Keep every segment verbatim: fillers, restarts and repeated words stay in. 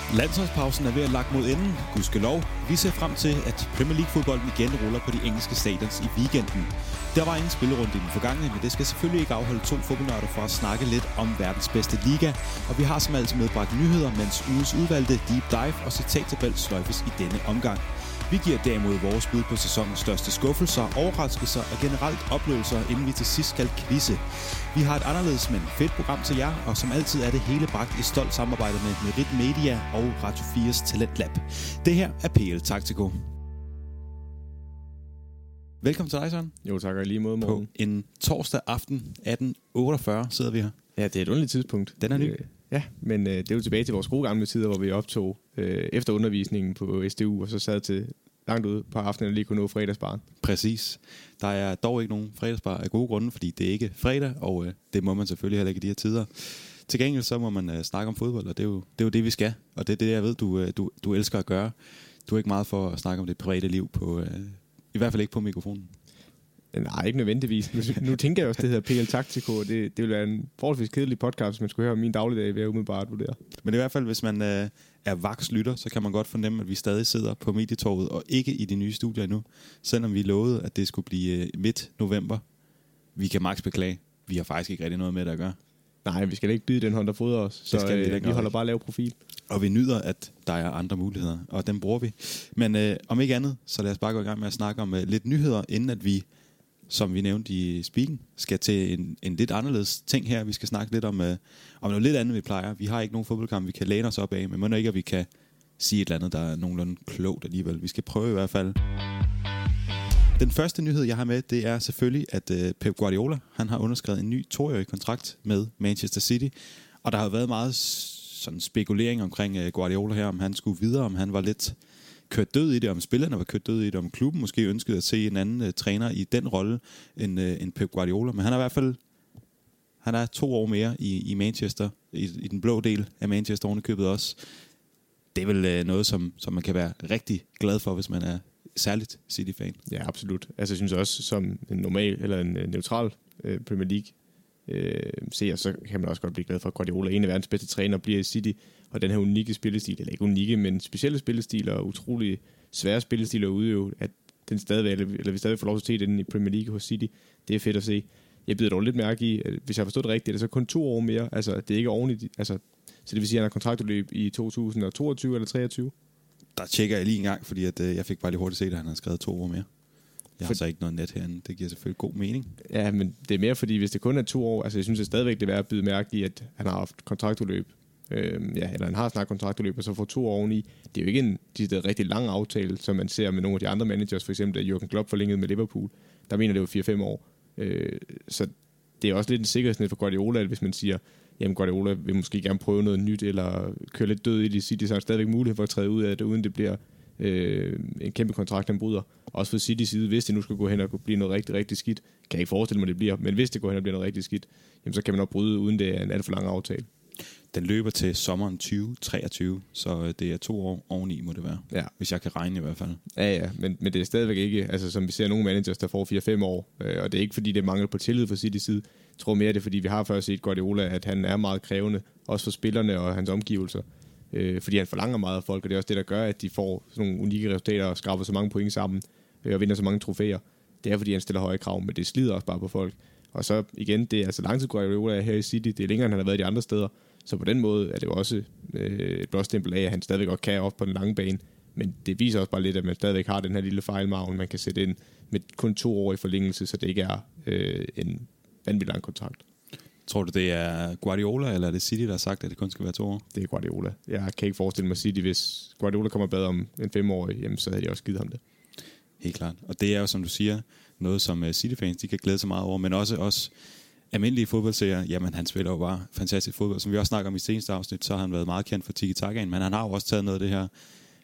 Landsholdspausen er ved at lagt mod enden, gudskelov. Vi ser frem til, at Premier League-fodbolden igen ruller på de engelske stadions i weekenden. Der var ingen spillerunde i den forgangne, men det skal selvfølgelig ikke afholde to fodboldnørder for at snakke lidt om verdens bedste liga. Og vi har som altid medbragt nyheder, mens ugens udvalgte deep dive og citattabel sløjfes i denne omgang. Vi giver derimod vores bud på sæsonens største skuffelser, overraskelser og generelt oplevelser, inden vi til sidst skal quizze. Vi har et anderledes, men fedt program til jer, og som altid er det hele bragt i stolt samarbejde med Merit Media og Radio fires Talent Lab. Det her er P L Taktiko. Velkommen til dig, Søren. Jo, tak og lige måde, morgen. På en torsdag aften atten otteogfyrre sidder vi her. Ja, det er et underligt tidspunkt. Den er ny. Øh, ja, men øh, det er jo tilbage til vores gode gamle tider, hvor vi optog øh, efter undervisningen på S D U, og så sad til langt ude på aftenen og lige kunne nå fredagsbaren. Præcis. Der er dog ikke nogen fredagsbar af gode grunde, fordi det er ikke fredag, og øh, det må man selvfølgelig heller ikke i de her tider. Til gengæld så må man øh, snakke om fodbold, og det er, jo, det er jo det, vi skal. Og det er det, jeg ved, du, øh, du, du elsker at gøre. Du er ikke meget for at snakke om det private liv, på, øh, i hvert fald ikke på mikrofonen. Nej, ikke nødvendigvis. Nu, nu tænker jeg også, det hedder P L Taktiko, og det, det vil være en forholdsvis kedelig podcast, hvis man skulle høre om min dagligdag ved at umiddelbart vurdere. Men i hvert fald, hvis man øh, er vakslytter, så kan man godt fornemme, at vi stadig sidder på Medietorvet og ikke i de nye studier endnu, selvom vi lovede, at det skulle blive øh, midt november. Vi kan max beklage. Vi har faktisk ikke rigtig noget med det at gøre. Nej, vi skal ikke byde den hånd, der fodrer os, så skal vi, øh, vi holder bare lav profil. Og vi nyder, at der er andre muligheder, og dem bruger vi. Men øh, om ikke andet, så lad os bare gå i gang med at snakke om øh, lidt nyheder, inden at vi, som vi nævnte i speaken, skal til en, en lidt anderledes ting her. Vi skal snakke lidt om, øh, om noget lidt andet, vi plejer. Vi har ikke nogen fodboldkamp, vi kan læne os op af, men må ikke, at vi kan sige et eller andet, der er nogenlunde klogt alligevel. Vi skal prøve i hvert fald. Den første nyhed, jeg har med, det er selvfølgelig, at øh, Pep Guardiola, han har underskrevet en ny toårig kontrakt med Manchester City. Og der har været meget sådan spekulering omkring øh, Guardiola her, om han skulle videre, om han var lidt kørt død i det, om spillerne var kørt død i det, om klubben måske ønskede at se en anden uh, træner i den rolle end, uh, end Pep Guardiola. Men han er i hvert fald han er to år mere i, i Manchester, i, i den blå del af Manchester ovenikøbet også. Det er vel uh, noget, som, som man kan være rigtig glad for, hvis man er særligt City-fan. Ja, absolut. Altså jeg synes også, som en normal eller en neutral uh, Premier League uh, ser, så kan man også godt blive glad for, at Guardiola, en af verdens bedste træner, bliver i City. Og den her unikke spillestil, eller ikke unikke, men specielle spillestil og utrolig svære spillestil at udøve, at den stadigvæk, eller vi stadig får lov til at se den i Premier League hos City, det er fedt at se. Jeg bider dog lidt mærke i, at hvis jeg har forstået det rigtigt, er det så kun to år mere, altså det er ikke oven i, altså, så det vil sige, at han har kontraktudløb i to tusind og toogtyve eller treogtyve? Der tjekker jeg lige en gang, fordi at, øh, jeg fik bare lige hurtigt set, at han har skrevet to år mere. Jeg har For... så ikke noget net herinde. Det giver selvfølgelig god mening. Ja, men det er mere, fordi hvis det kun er to år, altså jeg synes det stadigvæk, det er værd at bide mærke i, at han har haft kontraktudløb. Øh, ja, eller han har snart kontraktudløb, og så får to år oveni. Det er jo ikke en de rigtig lang aftale, som man ser med nogle af de andre managers, for eksempel da Jürgen Klopp forlængede med Liverpool. Der mener det jo fire fem år. Øh, så det er også lidt en sikkerhedsnet for Guardiola, hvis man siger, jamen Guardiola vil måske gerne prøve noget nyt, eller køre lidt død i det City, så har stadigvæk mulighed for at træde ud af det, uden det bliver øh, en kæmpe kontrakt, han bryder. Også for Citys side, hvis det nu skulle gå hen og blive noget rigtig, rigtig skidt, kan jeg ikke forestille mig, det bliver, men hvis det går hen og bliver noget rigtig skidt, jamen så kan man nok bryde, uden det er en alt for lang aftale. Den løber til sommeren tyve treogtyve, så det er to år oveni, må det være. Ja. Hvis jeg kan regne i hvert fald. Ja, ja, men, men det er stadigvæk ikke, altså som vi ser nogle managers, der får fire fem år, øh, og det er ikke fordi, det mangler på tillid fra Citys side. Jeg tror mere, det er fordi, vi har først set Guardiola, at han er meget krævende, også for spillerne og hans omgivelser. Øh, fordi han forlanger meget af folk, og det er også det, der gør, at de får sådan nogle unikke resultater og skraber så mange point sammen, øh, og vinder så mange trofæer. Det er fordi, han stiller høje krav, men det slider også bare på folk. Og så igen, det er altså lang tid Guardiola her i City, det er længere, end han har været i de andre steder. Så på den måde er det jo også øh, et blåstempel af, at han stadigvæk godt kan op på den lange bane. Men det viser også bare lidt, at man stadigvæk har den her lille fejlmargen, man kan sætte ind med kun to år i forlængelse, så det ikke er øh, en vanvittig lang kontrakt. Tror du, det er Guardiola, eller er det City, der har sagt, at det kun skal være to år? Det er Guardiola. Jeg kan ikke forestille mig City, hvis Guardiola kommer bedre om en femårig, jamen så havde de også givet ham det. Helt klart. Og det er jo, som du siger, noget som City-fans, de kan glæde sig meget over, men også os almindelige fodboldseere, jamen han spiller jo bare fantastisk fodbold. Som vi også snakker om i seneste afsnit, så har han været meget kendt for tiki-takaen, men han har jo også taget noget af det her,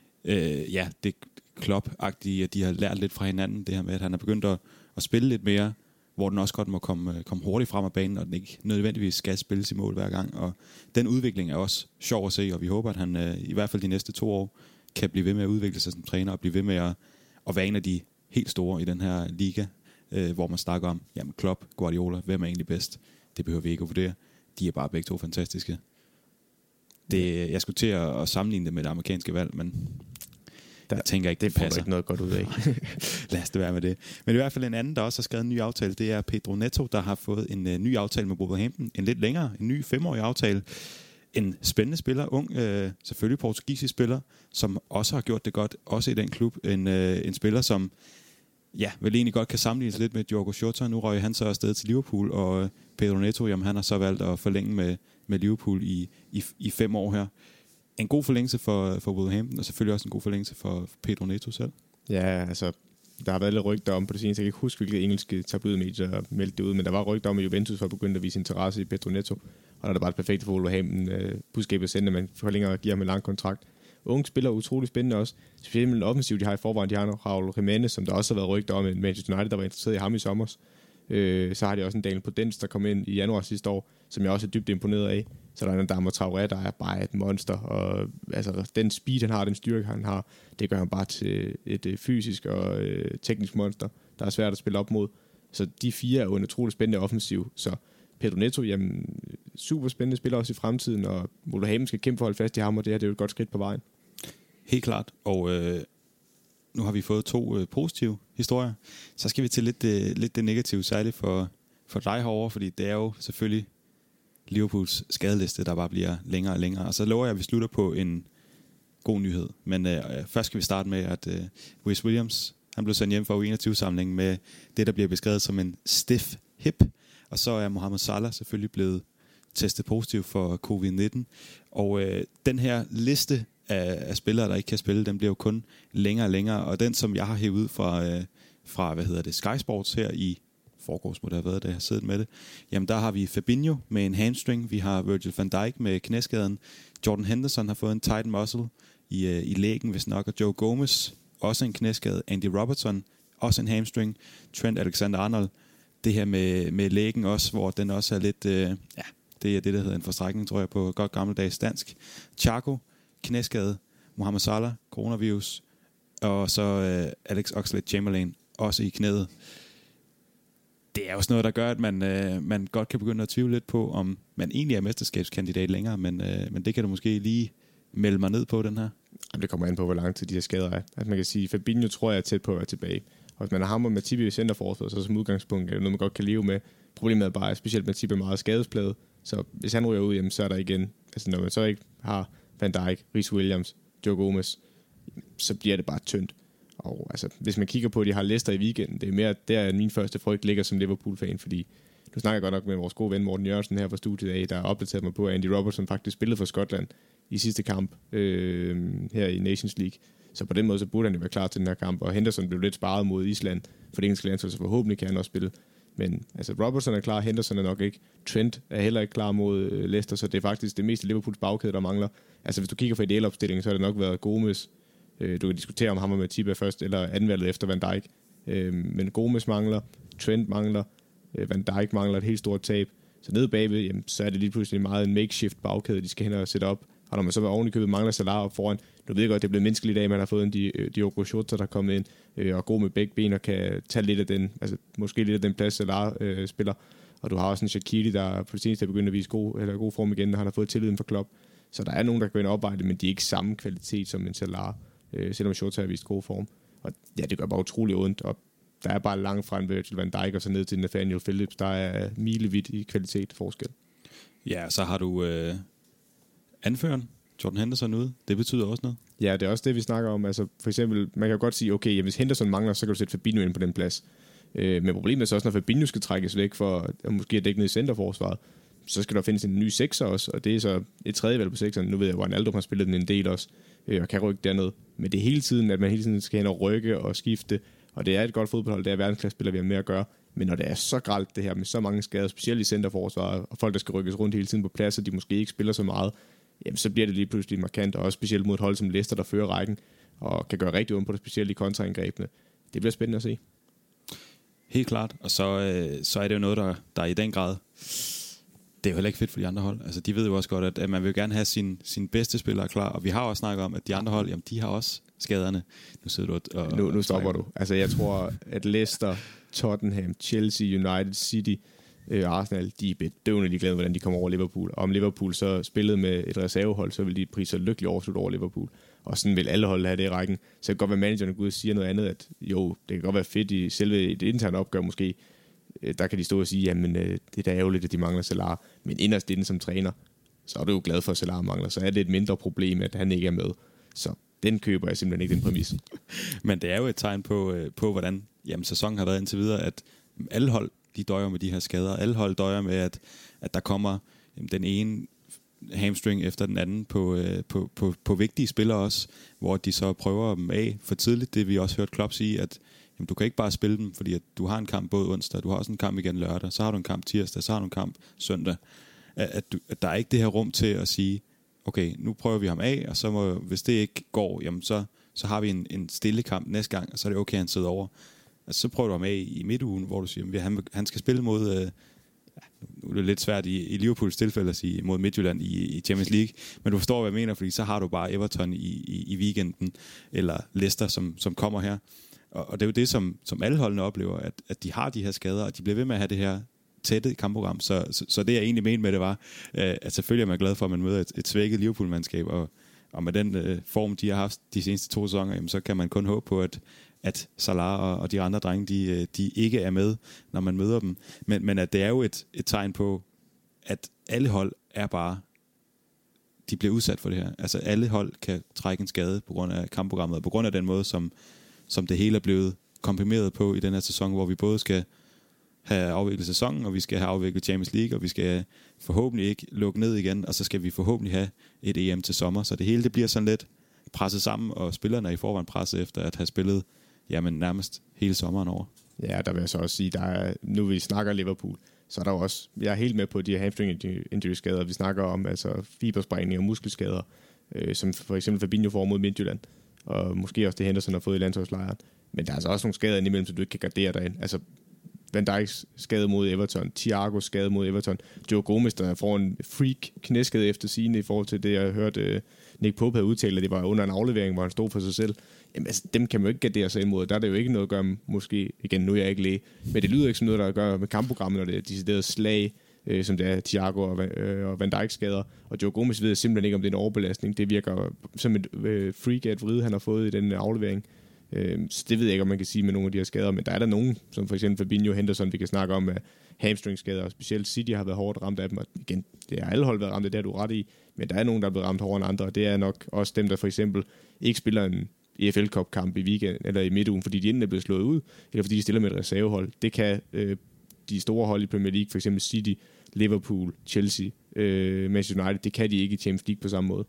øh, ja, det Klopp-agtige, at de har lært lidt fra hinanden, det her med, at han er begyndt at, at spille lidt mere, hvor den også godt må komme, komme hurtigt frem af banen, og den ikke nødvendigvis skal spilles i mål hver gang. Og den udvikling er også sjov at se, og vi håber, at han øh, i hvert fald de næste to år kan blive ved med at udvikle sig som træner, og blive ved med at, at være en af de helt store i den her liga, øh, hvor man snakker om, jamen Klopp, Guardiola, hvem er egentlig bedst? Det behøver vi ikke at vurdere. De er bare begge to fantastiske. Det, jeg skulle til at, at sammenligne det med det amerikanske valg, men der, jeg tænker ikke, det, det passer. Det får ikke noget godt ud af. Lad os det være med det. Men i hvert fald en anden, der også har skrevet en ny aftale, det er Pedro Neto, der har fået en uh, ny aftale med Wolverhampton. En lidt længere, en ny femårig aftale. En spændende spiller, ung, øh, selvfølgelig portugisisk spiller, som også har gjort det godt, også i den klub. En, øh, en spiller, som ja, vel egentlig godt kan sammenlignes lidt med Diogo Jota. Nu røg han så afsted til Liverpool, og Pedro Neto, jamen, han har så valgt at forlænge med, med Liverpool i, i, i fem år her. En god forlængelse for, for Wolverhampton, og selvfølgelig også en god forlængelse for Pedro Neto selv. Ja, altså, der har været lidt rygter om på det seneste. Jeg kan ikke huske, hvilke engelske tabloidmedier der meldte det ud, men der var rygter om, at Juventus var begyndt at vise interesse i Pedro Neto, og der er det bare et perfekt for Wolverhampton. Uh, budskabet sender, man forlænger og giver ham en lang kontrakt. Unge spiller er utrolig spændende også. Specielt med den offensiv, de har i forvejen. De har Raul Jimenez, som der også har været rygter om, at Manchester United, der var interesseret i ham i sommer. Øh, så har de også en Daniel Podence, der kom ind i januar sidste år, som jeg også er dybt imponeret af. Så der er en Adama Traoré, der er bare et monster. Og altså, den speed, han har, den styrke, han har, det gør han bare til et øh, fysisk og øh, teknisk monster, der er svært at spille op mod. Så de fire er jo en utrolig spændende offensiv. Så Pedro Neto, jamen, super spændende spiller også i fremtiden, og Wolverhampton skal kæmpe for at holde fast i ham, og det her det er jo et godt skridt på vejen. Helt klart, og øh, nu har vi fået to øh, positive historier. Så skal vi til lidt, øh, lidt det negative, særligt for, for dig herovre, fordi det er jo selvfølgelig Liverpools skadeliste, der bare bliver længere og længere. Og så lover jeg, at vi slutter på en god nyhed. Men øh, først skal vi starte med, at øh, Rhys Williams, han blev sendt hjem fra U enogtyve-samlingen med det, der bliver beskrevet som en stiff hip. Og så er Mohamed Salah selvfølgelig blevet testet positiv for covid nitten. Og øh, den her liste af, af spillere, der ikke kan spille, den bliver jo kun længere og længere. Og den, som jeg har hævet ud fra, øh, fra hvad hedder det, Sky Sports her i forgårs, må det have været, da jeg har siddet med det. Jamen, der har vi Fabinho med en hamstring. Vi har Virgil van Dijk med knæskaden. Jordan Henderson har fået en tight muscle i, øh, i lægen, hvis nok. Og Joe Gomez, også en knæskade. Andy Robertson, også en hamstring. Trent Alexander-Arnold, det her med, med lægen også, hvor den også er lidt, øh, ja, det er det, der hedder en forstrækning, tror jeg, på godt gammeldags dansk. Thiago, knæskade. Mohamed Salah, coronavirus. Og så øh, Alex Oxlade-Chamberlain, også i knæet. Det er også noget, der gør, at man, øh, man godt kan begynde at tvivle lidt på, om man egentlig er mesterskabskandidat længere, men, øh, men det kan du måske lige melde mig ned på, den her. Jamen, det kommer an på, hvor lang tid de her skader er. Altså, man kan sige, Fabinho tror jeg er tæt på at være tilbage. Og hvis man har ham og Matip i centerforsvaret, så som udgangspunkt er det noget, man godt kan leve med. Problemet er bare, at specielt Matip er meget skadespladet, så hvis han ryger ud, jamen, så er der igen, altså når man så ikke har Van Dijk, Rhys Williams, Joe Gomez, så bliver det bare tyndt. Og altså, hvis man kigger på, at de har Leicester i weekenden, det er mere, der er min første frygt ligger som Liverpool-fan, fordi nu snakker jeg godt nok med vores gode ven Morten Jørgensen her fra studiet af, der har opdateret mig på, at Andy Robertson faktisk spillede for Skotland i sidste kamp øh, her i Nations League. Så på den måde, så burde han jo være klar til den her kamp, og Henderson blev lidt sparet mod Island for det engelske landshold, så forhåbentlig kan han også spille. Men altså, Robertson er klar, Henderson er nok ikke. Trent er heller ikke klar mod øh, Leicester, så det er faktisk det meste Liverpools bagkæde, der mangler. Altså, hvis du kigger på idealopstillingen, så har det nok været Gomez. Øh, du kan diskutere, om ham og Matip er først eller andenvalget efter Van Dijk. Øh, men Gomez mangler, Trent mangler, øh, Van Dijk mangler et helt stort tab. Så nede bagved, jamen, så er det lige pludselig meget en makeshift bagkæde, de skal hen og sætte op. Og når man så var oven i købet mangler Salah op foran, du ved godt, det er blevet menneskeligt i dag, man har fået en Diogo Jota, der er kommet ind øh, og god med begge ben og kan tage lidt af den, altså måske lidt af den plads, Salah øh, spiller. Og du har også en Shaqiri, der på det seneste er begyndt at vise god, eller god form igen, når han har fået tilliden fra Klopp. Så der er nogen, der kan gå ind og arbejde, men de er ikke samme kvalitet som en Salah, øh, selvom Jota har vist god form. Og ja, det gør bare utrolig ondt, og der er bare langt fra en Virgil van Dijk og så ned til Nathaniel Phillips, der er milevidt i kvalitet forskel. Ja, så har du øh, anføreren, Jordan Henderson ude. Det betyder også noget. Ja, det er også det, vi snakker om. Altså, for eksempel, man kan jo godt sige, okay, jamen, hvis Henderson mangler, så kan du sætte Fabinho ind på den plads. Øh, men problemet er så også, når Fabinho skal trækkes væk for at måske at dække ned i centerforsvaret, så skal der findes en ny sekser også, og det er så et tredje valg på sekseren. Nu ved jeg, hvor Ronaldo har spillet den en del også, øh, og kan rykke derned. Men det er hele tiden, at man hele tiden skal hen og rykke og skifte, og det er et godt fodboldhold, det er verdensklassespillere, vi har med at gøre. Men når det er så grelt det her med så mange skader, specielt i centerforsvaret, og folk, der skal rykkes rundt hele tiden på plads, og de måske ikke spiller så meget, jamen, så bliver det lige pludselig markant, og også specielt mod et hold som Leicester, der fører rækken, og kan gøre rigtig ondt på det, specielt i kontraangrebene. Det bliver spændende at se. Helt klart, og så, øh, så er det jo noget, der, der i den grad, det er jo heller ikke fedt for de andre hold. Altså, de ved jo også godt, at, at man vil gerne have sin, sin bedste spillere klar, og vi har også snakket om, at de andre hold, jamen, de har også skaderne. Nu sidder du og... Nu, nu stopper du. Altså, jeg tror, at Leicester, Tottenham, Chelsea, United, City, øh, Arsenal, de er bedøvende ligeglade, hvordan de kommer over Liverpool. Og om Liverpool så spillede med et reservehold, så vil de prise sig lykkelig overslut over Liverpool. Og sådan vil alle hold have det i rækken. Så det kan godt være, at managerne går ud og siger noget andet, at jo, det kan godt være fedt i selve et interne opgør måske. Der kan de stå og sige, jamen det er da ærgerligt, at de mangler Salah. Men inderst inden som træner, så er du jo glad for, at Salah mangler. Så er det et mindre problem, at han ikke er med. Så den køber jeg simpelthen ikke, den præmis. Men det er jo et tegn på, på hvordan jamen, sæsonen har været indtil videre, at alle hold, de døjer med de her skader. Alle hold døjer med, at, at der kommer jamen, den ene hamstring efter den anden på, øh, på, på, på vigtige spillere også, hvor de så prøver dem af for tidligt. Det vi også hørt Klopp sige, at jamen, du kan ikke bare spille dem, fordi at du har en kamp både onsdag, du har også en kamp igen lørdag, så har du en kamp tirsdag, så har du en kamp søndag. At, at, du, at der er ikke det her rum til at sige, okay, nu prøver vi ham af, og så må, hvis det ikke går, jamen så, så har vi en, en stille kamp næste gang, og så er det okay, han sidder over. Altså, så prøver du ham af i midtugen, hvor du siger, at han, han skal spille mod, øh, nu er det lidt svært i, i Liverpools tilfælde at sige, mod Midtjylland i, i Champions League, men du forstår, hvad jeg mener, fordi så har du bare Everton i, i, i weekenden, eller Leicester, som, som kommer her. Og, og det er jo det, som, som alle holdene oplever, at, at de har de her skader, og de bliver ved med at have det her tætte kampprogram. Så, så, så det, jeg egentlig mente med det, var, øh, at selvfølgelig er man glad for, at man møder et, et svækket Liverpool-mandskab, og, og med den øh, form, de har haft de seneste to sæsoner, jamen, så kan man kun håbe på, at at Salah og, og de andre drenge, de, de ikke er med, når man møder dem. Men, men at det er jo et, et tegn på, at alle hold er bare, de bliver udsat for det her. Altså alle hold kan trække en skade på grund af kampprogrammet, og på grund af den måde, som, som det hele er blevet komprimeret på i den her sæson, hvor vi både skal have afviklet sæsonen, og vi skal have afviklet Champions League, og vi skal forhåbentlig ikke lukke ned igen, og så skal vi forhåbentlig have et E M til sommer. Så det hele det bliver sådan lidt presset sammen, og spillerne er i forvejen presset efter at have spillet jamen nærmest hele sommeren over. Ja, der vil jeg så også sige, der er, nu vi snakker Liverpool, så er der også, jeg er helt med på de her hamstring injury skader, vi snakker om, altså fibersprængning og muskelskader, øh, som for eksempel Fabinho får mod Midtjylland, og måske også det Henderson har fået i landsholdslejren. Men der er altså også nogle skader indimellem, så du ikke kan gardere dig ind. Altså Van Dijks skade mod Everton, Thiagos skade mod Everton, Joe Gomez, der får en freak knæskade efter sigende i forhold til det, jeg hørte uh, Nick Pope havde udtalt, at det var under en aflevering, hvor han stod for sig selv. Jamen altså, dem kan man jo ikke gardere sig imod. Der er det jo ikke noget at gøre med, måske, igen, nu er jeg ikke læge, men det lyder ikke som noget, der gør med kampprogrammet, når det er decideret slag, øh, som det er Thiago og, øh, og Van Dijk skader. Og Joe Gomez ved simpelthen ikke, om det er en overbelastning. Det virker som et øh, freak af et vride, han har fået i den aflevering. Øh, så det ved jeg ikke, om man kan sige med nogle af de her skader, men der er der nogen, som for eksempel Fabinho, Henderson, vi kan snakke om, med hamstringskader, og specielt City har været hårdt ramt af dem, og igen, det har alle hold været ramt af, det er du ret i, men der er nogen, der er blevet ramt hårdere end andre, og det er nok også dem, der for eksempel ikke spiller en E F L Cup kamp i weekend eller i midtugen, fordi de enten er blevet slået ud, eller fordi de stiller med et reservehold. Det kan øh, de store hold i Premier League, for eksempel City, Liverpool, Chelsea, øh, Manchester United, det kan de ikke i Champions League på samme måde.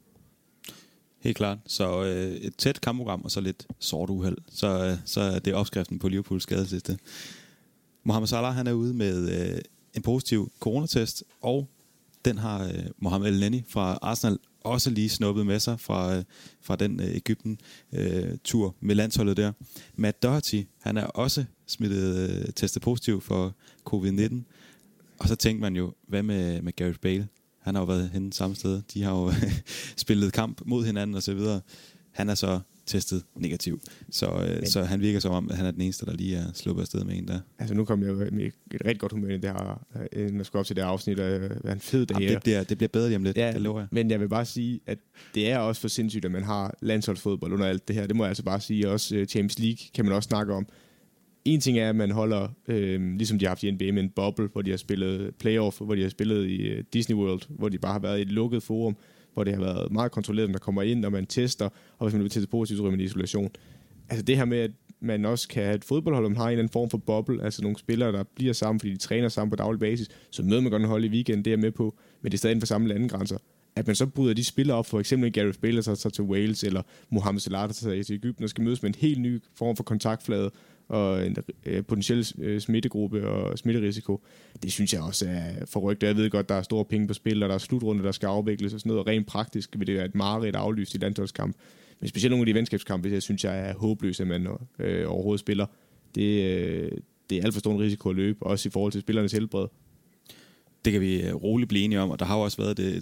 Helt klart. Så øh, et tæt kampprogram og så lidt sort uheld. Så, øh, så er det opskriften på Liverpools skadesliste. Mohamed Salah, han er ude med øh, en positiv coronatest, og den har øh, Mohamed El Neni fra Arsenal også lige snuppet med sig fra, øh, fra den øh, Egypten-tur øh, med landsholdet der. Matt Doherty, han er også smittet, øh, testet positiv for covid nitten. Og så tænkte man jo, hvad med, med Gareth Bale? Han har jo været henne samme sted. De har jo spillet kamp mod hinanden og så videre. Han er så testet negativ. Så, øh, så han virker som om, at han er den eneste, der lige er sluppet afsted med en der. Altså nu kom jeg jo med et rigtig godt humør i det her, inden jeg skulle op til det her afsnit, og hvad en fed dag. Det bliver, det bliver bedre lige om lidt, ja, det lover jeg. Men jeg vil bare sige, at det er også for sindssygt, at man har landsholdsfodbold under alt det her. Det må jeg altså bare sige. Også Champions League kan man også snakke om. En ting er, at man holder, øh, ligesom de har haft i N B A, med en boble, hvor de har spillet playoff, hvor de har spillet i uh, Disney World, hvor de bare har været i et lukket forum, hvor det har været meget kontrolleret, når der kommer ind, og man tester, og hvis man vil testet positivt, så ryger man i isolation. Altså det her med, at man også kan have et fodboldhold, man har en eller anden form for boble, altså nogle spillere, der bliver sammen, fordi de træner sammen på daglig basis, så møder man godt en hold i weekenden, det er med på, men det er stadig inden for samme landegrænser. At man så bryder de spillere op, for eksempel Gareth Bale, der tager til Wales, eller Mohamed Salah, der tager til Egypten, og skal mødes med en helt ny form for kontaktflade, og en øh, potentiel øh, smittegruppe og smitterisiko. Det synes jeg også er forrygt. Jeg ved godt, der er store penge på spil, og der er slutrunde, der skal afvikles og sådan noget, og rent praktisk vil det være et mareridt aflyst i landsholdskamp. Men specielt nogle af de venskabskampe, jeg synes jeg er håbløse, at man øh, overhovedet spiller. Det, øh, det er alt for stor en risiko at løbe, også i forhold til spillernes helbred. Det kan vi roligt blive enige om, og der har jo også været det,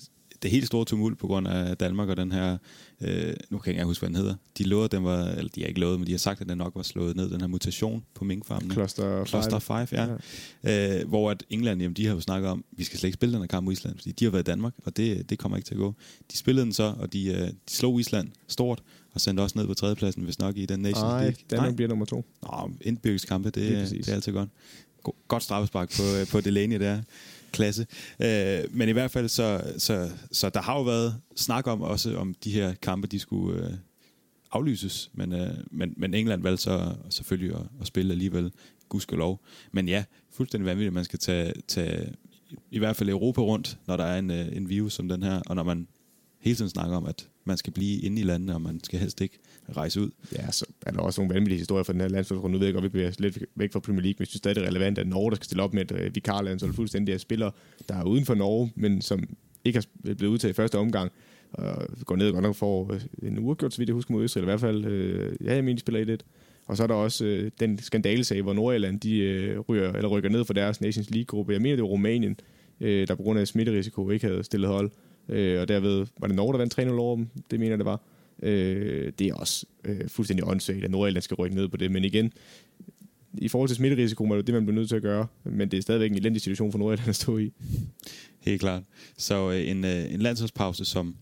det helt store tumult på grund af Danmark og den her, øh, nu kan jeg ikke engang huske, hvad den hedder. De lovede, den var, eller de har ikke lovet, men de har sagt, at den nok var slået ned, den her mutation på minkfarmene. Cluster Cluster fem, ja. ja. Øh, hvor at England, jamen, de har jo snakket om, vi skal slet ikke spille den her kamp mod Island, fordi de har været i Danmark, og det, det kommer ikke til at gå. De spillede den så, og de, øh, de slog Island stort, og sendte også ned på tredjepladsen, hvis nok i den Nations League. Nej, Danmark bliver nummer to. Nå, indbyrgskampe, det, det, det er altid godt. Godt straffespark på, på Delaney der. Klasse. Øh, men i hvert fald, så, så, så der har jo været snak om også, om de her kampe, de skulle øh, aflyses. Men, øh, men, men England valgte så selvfølgelig at, at spille alligevel, gudskelov. Men ja, fuldstændig vanvittigt, at man skal tage, tage i hvert fald Europa rundt, når der er en, en virus som den her, og når man hele tiden snakker om, at man skal blive inde i landet, og man skal helst ikke rejse ud. Ja, så er der også nogle vanvittige historier fra den her landsholdsrunde. Nu ved jeg godt, vi bevæger os lidt væk fra Premier League, men jeg synes stadig, det er relevant, at Norge, der skal stille op med et vikarland, så er det fuldstændig af spillere, der er uden for Norge, men som ikke har blevet udtaget i første omgang, og går ned og godt nok for en uafgjort, så vidt jeg husker, mod Østrig, i hvert fald. Øh, ja, jeg mener, de spiller i det. Og så er der også øh, den skandalesag, hvor Nordirland, de øh, ryger, eller rykker ned for deres Nations League-gruppe. Jeg mener, det var Rumænien, øh, der på grund af smitterisiko ikke havde stillet hold. Øh, og derved var det Norge, der vandt tre nul over dem. Det mener det var. Øh, det er også øh, fuldstændig åndssvagt, at Nordirland skal rykke ned på det. Men igen, i forhold til smitterisiko, er det det, man bliver nødt til at gøre. Men det er stadigvæk en elendig situation for Nordirland at stå i. Helt klart. Så øh, en, øh, en landsholdspause, som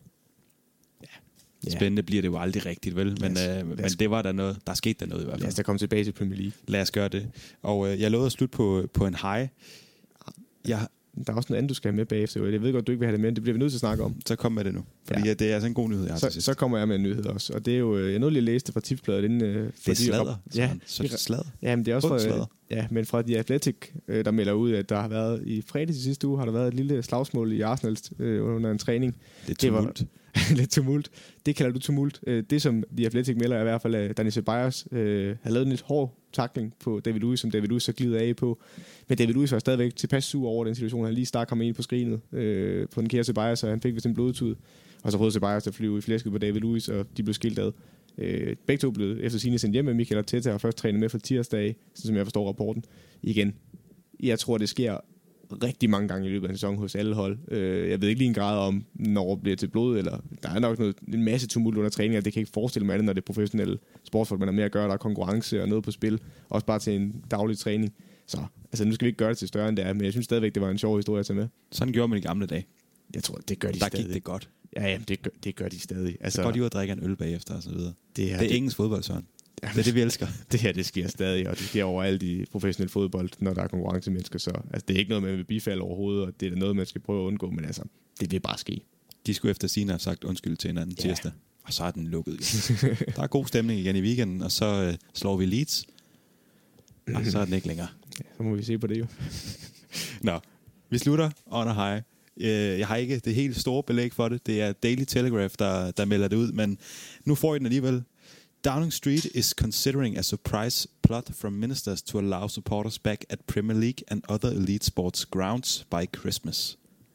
ja, spændende bliver det jo aldrig rigtigt, vel? Men, os, øh, men det var der noget, der skete der noget i hvert fald. Lad os da komme tilbage til Premier League. Lad os gøre det. Og øh, jeg lovede at slutte på, på en high. Jeg Der er også noget andet, du skal have med bagefter. Jeg ved godt, du ikke vil have det med, men det bliver vi nødt til at snakke om. Så kom med det nu. Fordi ja. det er altså en god nyhed, jeg har så, så kommer jeg med en nyhed også. Og det er jo, jeg nåede lige at læse det fra tipsbladet inden. Det er sladder. Ja, så det er sladder. Ja, men det er også fra, ja, men fra The Athletic, der melder ud, at der har været i fredags i sidste uge, har der været et lille slagsmål i Arsenal under en træning. Det er tumult. Lidt tumult. Det kalder du tumult. Det, som The Athletic melder, er i hvert fald, at Dani Ceballos øh, har lavet en lidt hård tackling på David Luiz, som David Luiz så glider af på. Men David Luiz var stadigvæk tilpas sur over den situation. Han lige stark kom ind på skrinet øh, på den kære Ceballos, og han fik vist en blodtud. Og så prøvede Ceballos at flyve i flæsket på David Luiz, og de blev skilt ad. Øh, begge to blev efter sigende sendt hjem med Mikel Arteta, og først trænet med for tirsdag, som jeg forstår rapporten. Igen, jeg tror, det sker rigtig mange gange i løbet af en sæson hos alle hold. Jeg ved ikke lige en grad om, når det bliver til blod, eller der er nok noget, en masse tumult under træning, og det kan ikke forestille mig andet, når det er professionelle sportsfolk, man har mere at gøre, der er konkurrence og noget på spil, også bare til en daglig træning. Så altså, nu skal vi ikke gøre det til større end det er, men jeg synes stadigvæk, det var en sjov historie at tage med. Sådan gjorde man i gamle dage. Jeg tror, det gør de der stadig. Der gik det godt. Ja, jamen, det, gør, det gør de stadig. Altså, så går de ud og drikker en øl bagefter og så videre. Det er, det er engelsk fodbold, Søren. Det er det, vi elsker. Det her, det sker stadig, og det sker overalt i professionel fodbold, når der er konkurrencemennesker. Så altså, det er ikke noget, man vil bifalde overhovedet, og det er noget, man skal prøve at undgå, men altså, det vil bare ske. De skulle efter sine have sagt undskyld til hinanden ja. tirsdag, og så er den lukket igen. Der er god stemning igen i weekenden, og så øh, slår vi Leeds, og så er den ikke længere. Ja, så må vi se på det jo. Nå, vi slutter on a high. Jeg har ikke det helt store belæg for det. Det er Daily Telegraph, der, der melder det ud, men nu får I den alligevel. Downing Street is considering a surprise plot from ministers to allow supporters back at Premier League and other elite sports grounds by Christmas.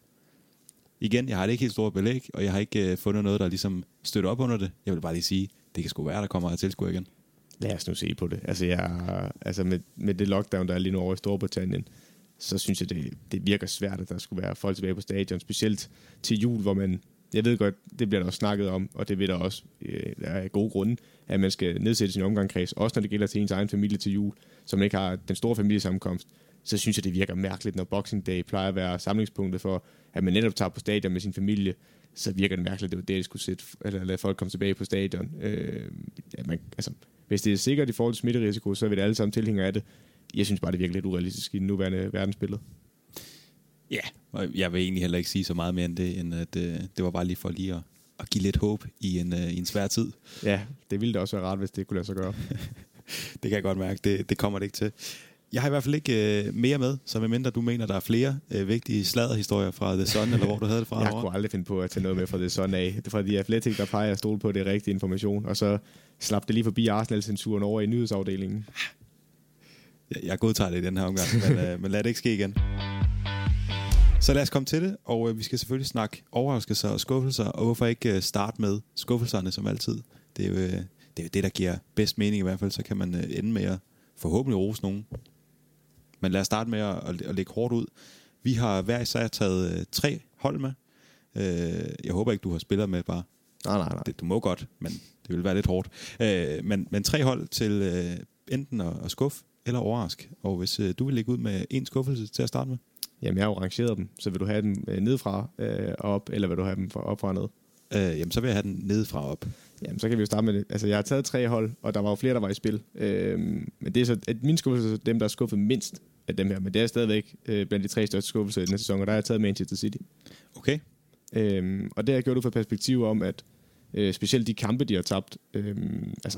Igen, jeg har det ikke helt store belæg, og jeg har ikke uh, fundet noget, der ligesom støtter op under det. Jeg vil bare lige sige, det kan sgu være, der kommer et tilskud igen. Lad os nu se på det. Altså, jeg, altså med, med det lockdown, der er lige nu over i Storbritannien, så synes jeg, det, det virker svært, at der skulle være folk tilbage på stadion, specielt til jul, hvor man, jeg ved godt, det bliver der også snakket om, og det vil der også, øh, der er gode grunde, at man skal nedsætte sin omgangskreds, også når det gælder til ens egen familie til jul, som ikke har den store familiesammenkomst, så synes jeg, det virker mærkeligt, når Boxing Day plejer at være samlingspunktet for, at man netop tager på stadion med sin familie, så virker det mærkeligt, at det var det, de skulle sætte, eller lade folk komme tilbage på stadion. Øh, ja, man, altså, hvis det er sikkert i forhold til smitterisiko, så vil det alle sammen tilhængere af det. Jeg synes bare, det virker lidt urealistisk i den nuværende verdensbillede. Ja, og jeg vil egentlig heller ikke sige så meget mere end det, end at øh, det var bare lige for lige at, at give lidt håb i en, øh, i en svær tid. Ja, det ville da også være rart, hvis det kunne lade sig gøre. Det kan jeg godt mærke, det, det kommer det ikke til. Jeg har i hvert fald ikke øh, mere med, så medmindre du mener, der er flere øh, vigtige sladderhistorier fra The Sun, eller hvor du havde det fra. Jeg kunne aldrig finde på at tage noget med fra The Sun af. Det er fra The Athletic, der plejer at stole på det rigtige information, og så slap det lige forbi Arsenal-censuren over i nyhedsafdelingen. Jeg, jeg godtager det i den her omgang, men, øh, men lad det ikke ske igen. Så lad os komme til det, og øh, vi skal selvfølgelig snakke overraskelser og skuffelser, og hvorfor ikke øh, starte med skuffelserne som altid. Det er jo øh, det, er jo det, der giver bedst mening i hvert fald, så kan man øh, ende med at forhåbentlig rose nogen. Men lad os starte med at, at, at lægge hårdt ud. Vi har hver især taget øh, tre hold med. Øh, jeg håber ikke, du har spillet med bare. Nej, nej, nej. Det, du må godt, men det vil være lidt hårdt. Øh, men, men tre hold til øh, enten at, at skuffe eller overraske. Og hvis øh, du vil lægge ud med en skuffelse til at starte med? Jamen, jeg har jo rangeret dem. Så vil du have dem øh, nedefra øh, og op, eller vil du have dem fra op fra og ned? Øh, jamen, så vil jeg have den nedefra og op. Jamen, så kan vi jo starte med det. Altså, jeg har taget tre hold, og der var jo flere, der var i spil. Øh, men det er så, at min skuffelse er dem, der er skuffet mindst af dem her. Men det er stadigvæk øh, blandt de tre største skuffelser i den sæson, og der har jeg taget Manchester City. Okay. Øh, og det har jeg gjort ud fra perspektiv om, at øh, specielt de kampe, de har tabt, øh, altså,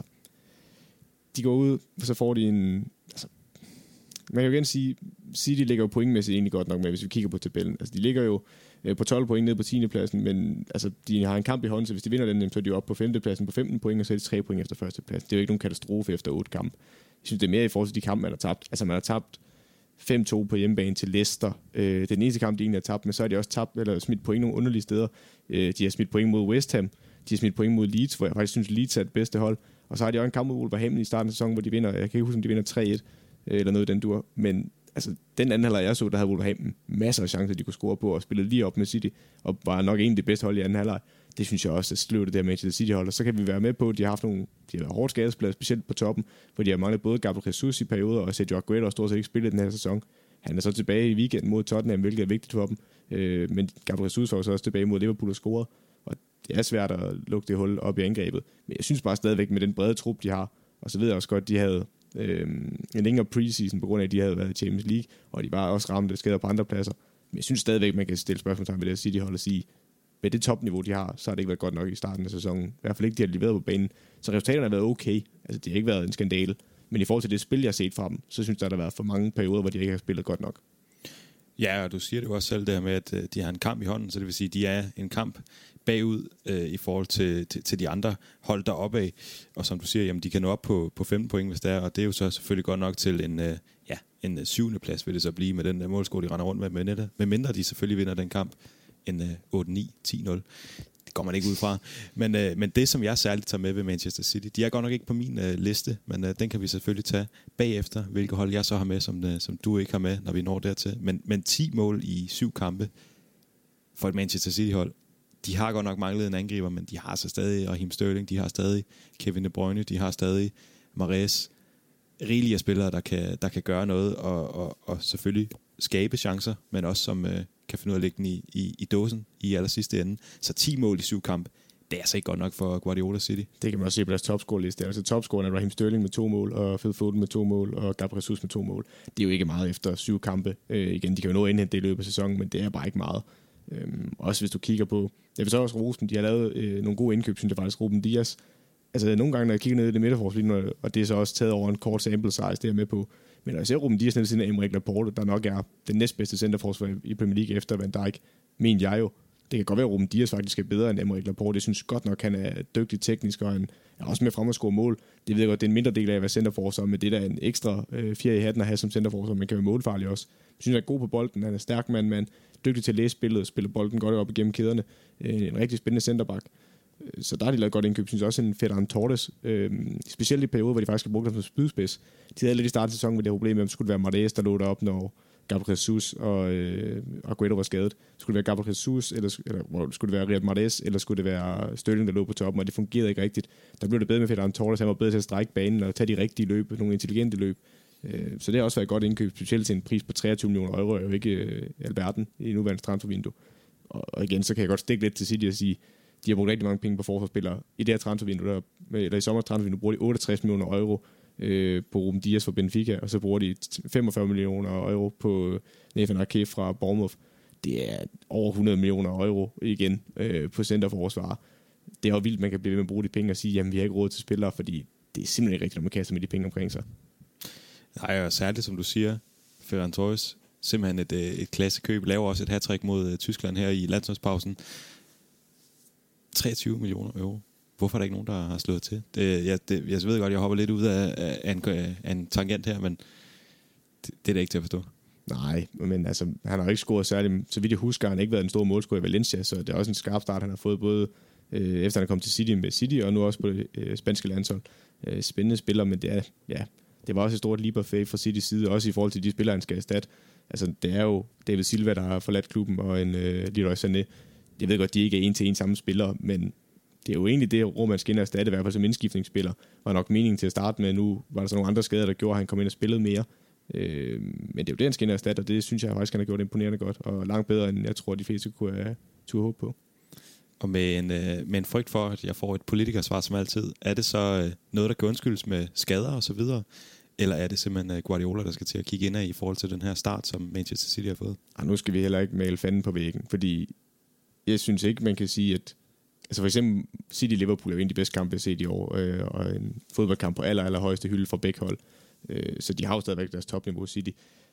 de går ud, og så får de en... Altså, man kan jo igen sige, City ligger jo pointmæssigt egentlig godt nok med, hvis vi kigger på tabellen. Altså, de ligger jo øh, på tolv point nede på tiende pladsen, men altså, de har en kamp i hånden, så hvis de vinder den, så er de oppe på femte pladsen på femten point, og så er de tre point efter første plads. Det er jo ikke nogen katastrofe efter otte kamp. Jeg synes, det er mere i forhold til de kampe, man har tabt. Altså, man har tabt fem to på hjemmebane til Leicester. Øh, det er den eneste kamp, de egentlig har tabt, men så har de også tabt, eller smidt point nogle underlige steder. Øh, de har smidt point mod West Ham, de har smidt point mod Leeds, hvor jeg faktisk synes, Leeds er det bedste hold. Og så har de også en kamp mod Wolverhampton i starten af sæsonen, hvor de vinder, jeg kan ikke huske, om de vinder tre et, eller noget i den dur. Men altså, den anden halvleg, jeg så, der havde Wolverhampton masser af chancer, de kunne score på, og spillede lige op med City, og var nok en af de bedste hold i anden halvleg. Det synes jeg også, at slå det der Manchester City-hold. Og så kan vi være med på, at de har haft nogle, de har været hårdt skadesplads, specielt på toppen, hvor de har manglet både Gabriel Jesus i perioder, og Sergio Aguero har stort set ikke spillet den her sæson. Han er så tilbage i weekenden mod Tottenham, hvilket er vigtigt for dem. Øh, men Gabriel Jesus var så også tilbage mod Liverpool og scorede. Og det er svært at lukke det hul op i angrebet. Men jeg synes bare stadigvæk med den brede trup, de har, og så ved jeg også godt, de havde øh, en længere preseason, på grund af, at de havde været i Champions League, og de var også ramt af skader på andre pladser. Men jeg synes stadigvæk, man kan stille spørgsmål ved det City-hold og sige, med det topniveau, de har, så har det ikke været godt nok i starten af sæsonen. I hvert fald ikke, de har leveret på banen. Så resultaterne har været okay. Altså, det har ikke været en skandale. Men i forhold til det spil, jeg har set fra dem, så synes jeg, der har været for mange perioder, hvor de ikke har spillet godt nok. Ja, og du siger det jo også selv der med, at de har en kamp i hånden, så det vil sige, at de er en kamp bagud øh, i forhold til, til, til de andre hold deroppe af. Og som du siger, jamen, de kan nå op på, på femten point, hvis det er, og det er jo så selvfølgelig godt nok til en, øh, ja, en syvende plads, vil det så blive med den der målscore, de render rundt med, med, med, med mindre de selvfølgelig vinder den kamp en øh, otte ni ti nul. Det går man ikke ud fra. Men, øh, men det, som jeg særligt tager med ved Manchester City, de er godt nok ikke på min øh, liste, men øh, den kan vi selvfølgelig tage bagefter, hvilke hold jeg så har med, som, øh, som du ikke har med, når vi når dertil. Men, men ti mål i syv kampe for et Manchester City-hold. De har godt nok manglet en angriber, men de har så stadig Raheem Sterling, de har stadig Kevin De Bruyne, de har stadig Mahrez. Rigelige af spillere, der kan, der kan gøre noget, og, og, og selvfølgelig skabe chancer, men også som øh, kan finde ud af at lægge den i, i, i dåsen i aller sidste ende. Så ti mål i syv kamp, det er altså ikke godt nok for Guardiola City. Det kan man også se på deres topscore-liste. Altså topscoren er Raheem Sterling med to mål, og Phil Foden med to mål, og Gabriel Jesus med to mål. Det er jo ikke meget efter syv kampe. Øh, igen, de kan jo nå at indhente det i løbet af sæsonen, men det er bare ikke meget. Øhm, også hvis du kigger på... Jeg vil så også rose dem. De har lavet øh, nogle gode indkøb, synes jeg faktisk, Ruben Dias. Altså nogle gange, når jeg kigger ned i det midterforsvar, og det er så også taget over en kort sample size, det er med på. Men når jeg ser Ruben Dias nede ved siden af Aymeric Laporte, der nok er den næstbedste centerforsvar i Premier League efter Van Dijk, mener jeg jo. Det kan godt være, at Ruben Dias faktisk er bedre end Aymeric Laporte. Jeg synes godt nok, han er dygtig teknisk, og han er også med frem at score mål. Det ved jeg godt, det er en mindre del af at være centerforsvar, men det der er en ekstra øh, fjer i hatten at have som centerforsvar, men kan være målfarlig også. Jeg synes, han er god på bolden, han er stærk mand, mand, dygtig til at læse spillet, spiller bolden godt op igennem kæderne. Øh, en rigtig spændende centerback. Så der har de lavet godt indkøb, synes jeg også en Ferran Torres, øh, specielt i perioder, hvor de faktisk har brugt ham som spydspids. De havde lidt i starten af sæsonen med det problem med, om det skulle være Mahrez, der lå derop, når Gabriel Jesus og øh, Aguero var skadet. Skulle det være Gabriel Jesus, eller, eller skulle det være Riyad Mahrez, eller skulle det være Sterling, der lå på toppen, og det fungerede ikke rigtigt. Der blev det bedre med Ferran Torres, han var bedre til at strække banen og tage de rigtige løb, nogle intelligente løb. Øh, så det har også været et godt indkøb, specielt til en pris på treogtyve millioner euro, er jo ikke øh, alverden i nuværende transfervindue. Og, og igen, så kan jeg godt stikke lidt til City og sige, de har brugt rigtig mange penge på forsvarsspillere. I det her transfervindue, der, eller i sommer transfervindue, bruger de otteogtres millioner euro øh, på Ruben Dias for Benfica, og så bruger de femogfyrre millioner euro på Nathan Ake fra Bournemouth. Det er over hundrede millioner euro igen øh, på centerforsvar. Det er jo vildt, man kan blive ved med at bruge de penge og sige, jamen vi har ikke råd til spillere, fordi det er simpelthen ikke rigtigt, når man kaster med de penge omkring sig. Nej, og særligt som du siger, Ferran Torres, simpelthen et, et klassekøb, laver også et hattrick mod uh, Tyskland her i landsholdspausen. treogtyve millioner euro. Hvorfor er der ikke nogen, der har slået til? Det, jeg, det, jeg ved godt, jeg hopper lidt ud af, af, en, af en tangent her, men det, det er da ikke til at forstå. Nej, men altså, han har ikke scoret særligt. Så vidt jeg husker, han har ikke været en stor målscorer i Valencia, så det er også en skarp start, han har fået både øh, efter han er kommet til City med City, og nu også på det øh, spanske landshold. Øh, spændende spiller, men det er, ja, det var også et stort leap of faith fra Citys side, også i forhold til de spillere, han skal erstatte. Altså, det er jo David Silva, der har forladt klubben, og en øh, Leroy Sané. Jeg ved godt, de ikke er en til en samme spillere, men det er jo egentlig det, Roman Skinner erstatte, i hvert fald som indskiftningsspiller, var nok meningen til at starte med. Nu var der så nogle andre skader, der gjorde, at han kom ind og spillede mere. Øh, men det er jo det, han Skinner erstatte, og det synes jeg faktisk, han har gjort imponerende godt, og langt bedre, end jeg tror, de fleste kunne have turde håbe på. Og med en, øh, med en frygt for, at jeg får et politikersvar som altid, er det så øh, noget, der kan undskyldes med skader og så videre? Eller er det simpelthen Guardiola, der skal til at kigge ind i forhold til den her start, som Manchester City har fået? Og nu skal vi heller ikke male fanden på væggen, fordi jeg synes ikke, man kan sige, at altså for eksempel City-Liverpool er jo en af de bedste kampe, jeg har set i år, øh, og en fodboldkamp på aller, aller højeste hylde fra begge hold. Øh, så de har jo stadigvæk deres topniveau, City.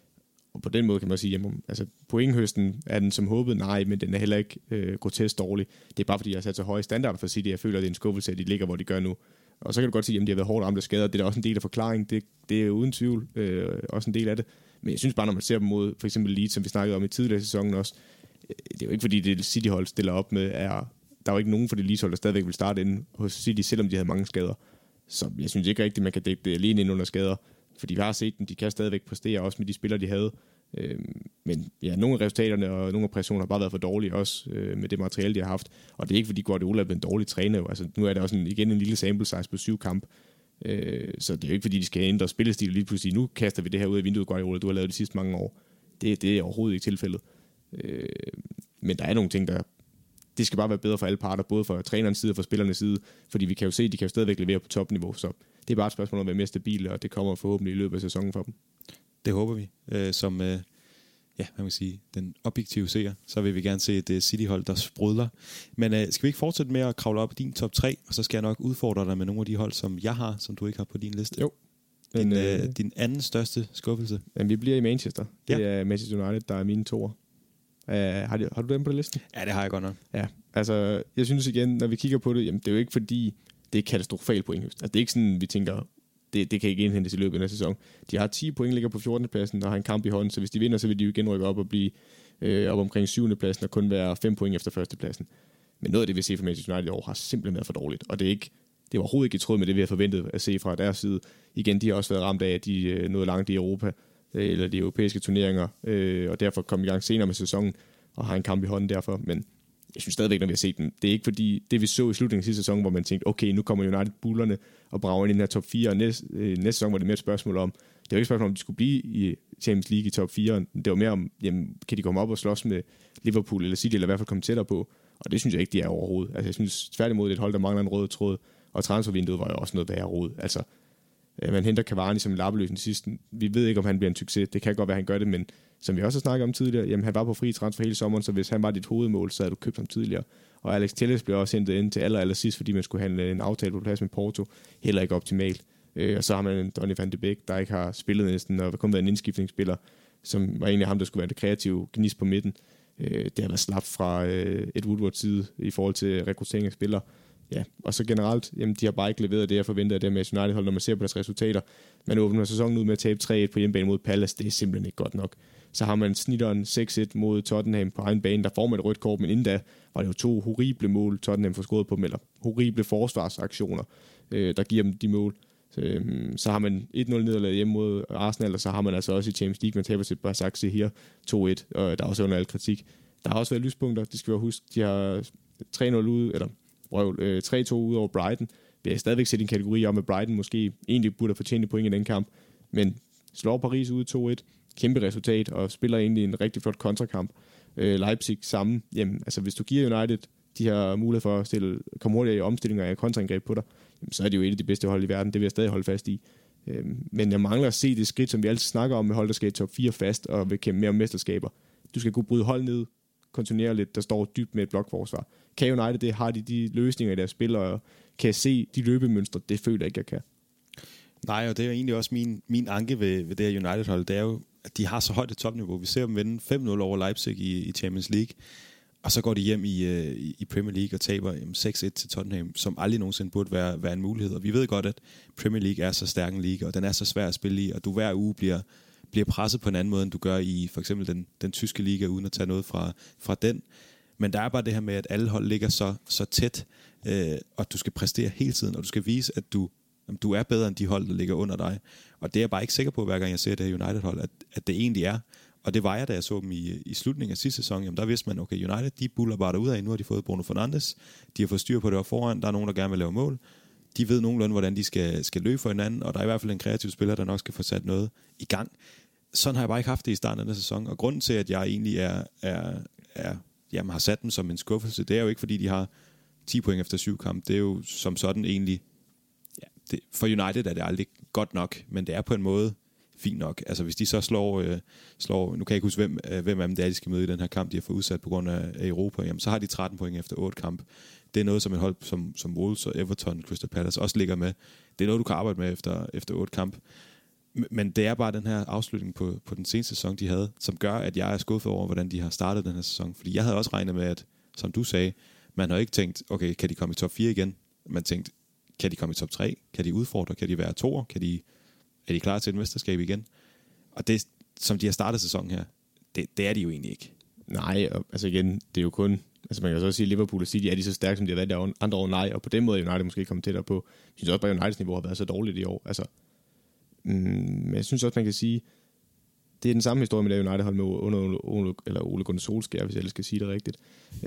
Og på den måde kan man sige, jamen, altså pointhøsten er den som håbet, nej, men den er heller ikke øh, grotesk dårlig. Det er bare fordi, jeg har sat så høje standarder for City, jeg føler, at det er en skuffelse, at de ligger, hvor de gør nu. Og så kan du godt sige, at de har været hårdt ramt af skader. Det er da også en del af forklaringen. Det, det er jo uden tvivl øh, også en del af det. Men jeg synes bare, når man ser dem mod for eksempel Leeds, som vi snakkede om i tidligere sæsonen også, det er jo ikke fordi, det City-hold stiller op med, er, der er jo ikke nogen for det Leeds-hold, der stadigvæk vil starte inde hos City, selvom de havde mange skader. Så jeg synes ikke rigtigt, man kan dække det alene ind under skader. Fordi vi har set dem, de kan stadigvæk præstere, også med de spillere, de havde. Øh, men ja, nogle af resultaterne og nogle af præstationerne har bare været for dårlige, også øh, med det materiale, de har haft. Og det er ikke fordi Guardiola er blevet en dårlig træner. Jo. Altså, nu er der også en, igen en lille sample size på syv kamp. Øh, så det er jo ikke fordi, de skal ændre spillestil lige pludselig. Nu kaster vi det her ud af vinduet, Guardiola, du har lavet de sidste mange år. Det, det er overhovedet ikke tilfældet. Øh, men der er nogle ting, der det skal bare være bedre for alle parter, både fra trænerens side og fra spillernes side, fordi vi kan jo se, at de kan jo stadigvæk levere på topniveau, så det er bare et spørgsmål om at være mere stabile, og det kommer forhåbentlig i løbet af sæsonen for dem. Det håber vi. Øh, som, øh, ja, hvad man sige, den objektive seer, så vil vi gerne se et uh, City-hold, der sprudler. Men øh, skal vi ikke fortsætte med at kravle op i din top tre, og så skal jeg nok udfordre dig med nogle af de hold, som jeg har, som du ikke har på din liste? Jo. Din, øh, øh, din anden største skuffelse? Jamen, vi bliver i Manchester. Det ja. er Manchester United, der er mine toer. Uh, har, du, har du dem på den liste? Ja, det har jeg godt nok. Ja, altså, jeg synes igen, når vi kigger på det, jamen, det er jo ikke fordi, det er katastrofalt point. Altså, det er ikke sådan, vi tænker, det, det kan ikke indhentes i løbet af næste sæson. De har ti point, ligger på fjortende pladsen og har en kamp i hånden, så hvis de vinder, så vil de jo igen rykke op og blive øh, op omkring syvende pladsen og kun være fem point efter første pladsen. Men noget af det, vi ser fra Manchester United i år, har simpelthen været for dårligt, og det er ikke det var overhovedet ikke i tråd med det, vi har forventet at se fra deres side. Igen, de har også været ramt af, at de øh, nåede langt i Europa, øh, eller de europæiske turneringer, øh, og derfor kom i gang senere med sæsonen, og har en kamp i hånden derfor, men jeg synes stadigvæk, når vi har set dem, det er ikke fordi, det vi så i slutningen af sidste sæson, hvor man tænkte, okay, nu kommer United bullerne og brager ind i den her top fire, og næste, øh, næste sæson var det mere et spørgsmål om, det var ikke et spørgsmål om, de skulle blive i Champions League i top fire, det var mere om, jamen, kan de komme op og slås med Liverpool eller City, eller i hvert fald komme tættere på, og det synes jeg ikke, de er overhovedet. Altså jeg synes tværtimod, det er et hold, der mangler en rød tråd, og transfervinduet var jo også noget værre rod. Altså, man henter Cavani som en lappeløsning sidst. Vi ved ikke, om han bliver en succes. Det kan godt være, at han gør det, men som vi også har snakket om tidligere, jamen han var på fri transfer hele sommeren, så hvis han var dit hovedmål, så havde du købt ham tidligere. Og Alex Telles blev også hentet ind til aller, aller sidst, fordi man skulle handle en aftale på plads med Porto. Heller ikke optimalt. Øh, og så har man en Donny van de Beek, der ikke har spillet næsten, og kun været en indskiftningsspiller, som var egentlig ham, der skulle være det kreative gnist på midten. Øh, det har været slapt fra øh, Ed Woodwards side i forhold til rekruttering af spillere. Ja, og så generelt, jamen, de har bare ikke leveret det, jeg forventer af det med United-hold, når man ser på deres resultater. Man åbner sæsonen ud med at tabe tre et på hjemmebane mod Palace, det er simpelthen ikke godt nok. Så har man snitteren seks et mod Tottenham på egen bane, der får man et rødt kort, men inden da var det jo to horrible mål, Tottenham får skåret på dem, eller horrible forsvarsaktioner, øh, der giver dem de mål. Så, øh, så har man et nul nederlag hjemme mod Arsenal, og så har man altså også i Champions League, man taber til Basak her to et, og der er også under al kritik. Der har også været lyspunkter, det skal vi huske, de har tre nul ud, eller Øh, tre to ud over Brighton. Vi har stadigvæk set en kategori om, at Brighton måske egentlig burde have fortjent point i den kamp, men slår Paris ud to et. Kæmpe resultat, og spiller egentlig en rigtig flot kontrakamp. Øh, Leipzig sammen. Jamen, altså hvis du giver United de her mulighed for at stille, komme hurtigere i omstillinger af kontraangreb på dig, jamen, så er det jo et af de bedste hold i verden. Det vil jeg stadig holde fast i. Øh, men jeg mangler at se det skridt, som vi altid snakker om, med hold, der skal i top fire fast og vil kæmpe mere om mesterskaber. Du skal kunne bryde hold ned kontinuerligt, der står dybt med et blokforsvar. Kan United det? Har de de løsninger i deres spil, og kan jeg se de løbemønstre? Det føler jeg ikke, jeg kan. Nej, og det er jo egentlig også min, min anke ved, ved det her United-hold. Det er jo, at de har så højt et topniveau. Vi ser dem vinde fem nul over Leipzig i, i Champions League, og så går de hjem i, uh, i Premier League og taber jamen, seks et til Tottenham, som aldrig nogensinde burde være, være en mulighed. Og vi ved godt, at Premier League er så stærk en liga, og den er så svær at spille i, og du hver uge bliver bliver presset på en anden måde, end du gør i for eksempel den, den tyske liga, uden at tage noget fra, fra den. Men der er bare det her med, at alle hold ligger så, så tæt, øh, og du skal præstere hele tiden, og du skal vise, at du, at du er bedre end de hold, der ligger under dig. Og det er jeg bare ikke sikker på, hver gang jeg ser det her United-hold, at, at det egentlig er. Og det var jeg, da jeg så dem i, i slutningen af sidste sæson. Jamen, der vidste man, okay, United, de buller bare derudad. Nu har de fået Bruno Fernandes. De har fået styr på det op foran. Der er nogen, der gerne vil lave mål. De ved nogenlunde, hvordan de skal, skal løbe for hinanden. Og der er i hvert fald en kreativ spiller, der nok skal få sat noget i gang. Sådan har jeg bare ikke haft det i starten af den sæson. Og grunden til, at jeg egentlig er, er, er, jamen, har sat dem som en skuffelse, det er jo ikke, fordi de har ti point efter syv kampe. Det er jo som sådan egentlig... Ja, det, for United er det aldrig godt nok, men det er på en måde fint nok. Altså hvis de så slår, øh, slår nu kan jeg ikke huske, hvem, øh, hvem af dem det er, de skal møde i den her kamp, de har fået udsat på grund af, af Europa, jamen så har de tretten point efter otte kamp. Det er noget, som et hold som, som Wolves og Everton, Crystal Palace også ligger med. Det er noget, du kan arbejde med efter, efter otte kamp. Men det er bare den her afslutning på, på den seneste sæson, de havde, som gør, at jeg er skuffet over, hvordan de har startet den her sæson. Fordi jeg havde også regnet med, at, som du sagde, man havde ikke tænkt, okay, kan de komme i top fire igen? Man tænkte, kan de komme i top tre? Kan de udfordre? Kan de være toer? Kan de, er de klar til et mesterskab igen? Og det, som de har startet sæsonen her, det, det er de jo egentlig ikke. Nej, og, altså igen, det er jo kun... Altså man kan så sige, at Liverpool og City er de så stærke, som de har været der andre år, nej. Og på den måde er United måske kommet tættere på. Jeg synes også bare, at Uniteds niveau har været så dårligt i år. Altså, mm, men jeg synes også, man kan sige, det er den samme historie med det United-hold med under Ole, eller Ole Gunnar Solskjaer, hvis jeg skal sige det rigtigt.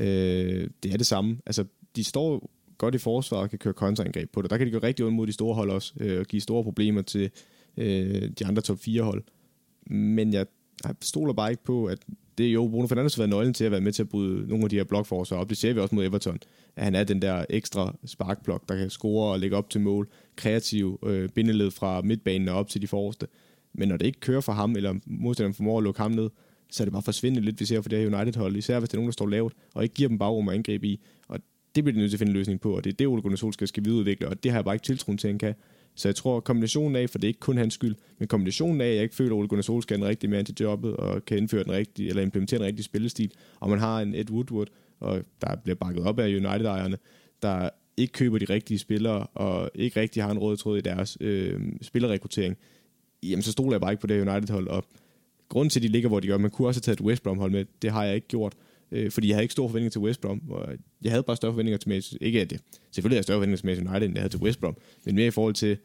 Øh, det er det samme. Altså, de står godt i forsvar og kan køre kontraangreb på det. Der kan de gå rigtig ondt mod de store hold også, øh, og give store problemer til øh, de andre top fire hold. Men jeg, jeg stoler bare ikke på, at det er jo, Bruno Fernandes har været nøglen til at være med til at bryde nogle af de her blokforsvar op. Det ser vi også mod Everton, at han er den der ekstra sparkblok, der kan score og lægge op til mål. Kreativ øh, bindeled fra midtbanen og op til de forreste. Men når det ikke kører for ham, eller modstanderen formår at lukke ham ned, så er det bare forsvindende lidt, vi ser for det her United-hold. Især hvis det er nogen, der står lavt, og ikke giver dem bagrum at angribe i. Og det bliver de nødt til at finde en løsning på, og det er det, Ole Gunnar Solskjaer skal videreudvikle, og det har jeg bare ikke tiltroen til, han kan. Så jeg tror, kombinationen af, for det er ikke kun hans skyld, men kombinationen af, at jeg ikke føler, at Ole Gunnar Solskjaer er en rigtig mand til jobbet, og kan indføre den rigtige, eller implementere den rigtige spillestil, og man har en Ed Woodward, og der bliver bakket op af United-ejerne, der ikke køber de rigtige spillere, og ikke rigtig har en rød tråd i deres øh, spillerrekruttering, jamen så stoler jeg bare ikke på det United-hold, og grunden til, at de ligger, hvor de gør, man kunne også have taget et West Brom-hold med, det har jeg ikke gjort, øh, fordi jeg havde ikke store forventninger til West Brom, og jeg havde bare større forventninger til Manchester, ikke at det, selvfølgelig havde jeg større forventninger til Manchester United, end jeg havde til West Brom, men mere i forhold til,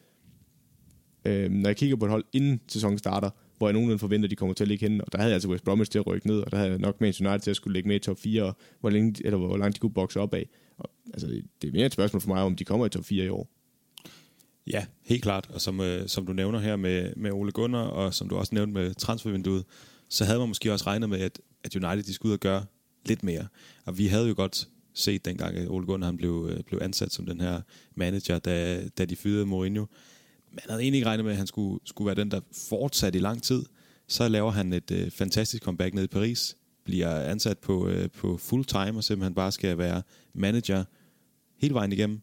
øh, når jeg kigger på et hold, inden sæsonen starter, hvor jeg nogenlunde forventer, at de kommer til at ligge henne, og der havde jeg altså West Bromwich til at rykke ned, og der havde jeg nok Manchester United til at skulle ligge med i top fire, og hvor, længe, eller hvor langt de kunne bokse op af. Og, altså, det er mere et spørgsmål for mig, om de kommer i top fire i år. Ja, helt klart. Og som, øh, som du nævner her med, med Ole Gunnar, og som du også nævnte med transfervinduet, så havde man måske også regnet med, at, at United de skulle ud og gøre lidt mere. Og vi havde jo godt set dengang, at Ole Gunnar han blev, øh, blev ansat som den her manager, da, da de fyrede Mourinho. Man havde egentlig ikke regnet med, at han skulle, skulle være den, der fortsatte i lang tid. Så laver han et øh, fantastisk comeback ned i Paris, bliver ansat på, øh, på full time, og simpelthen bare skal være manager hele vejen igennem.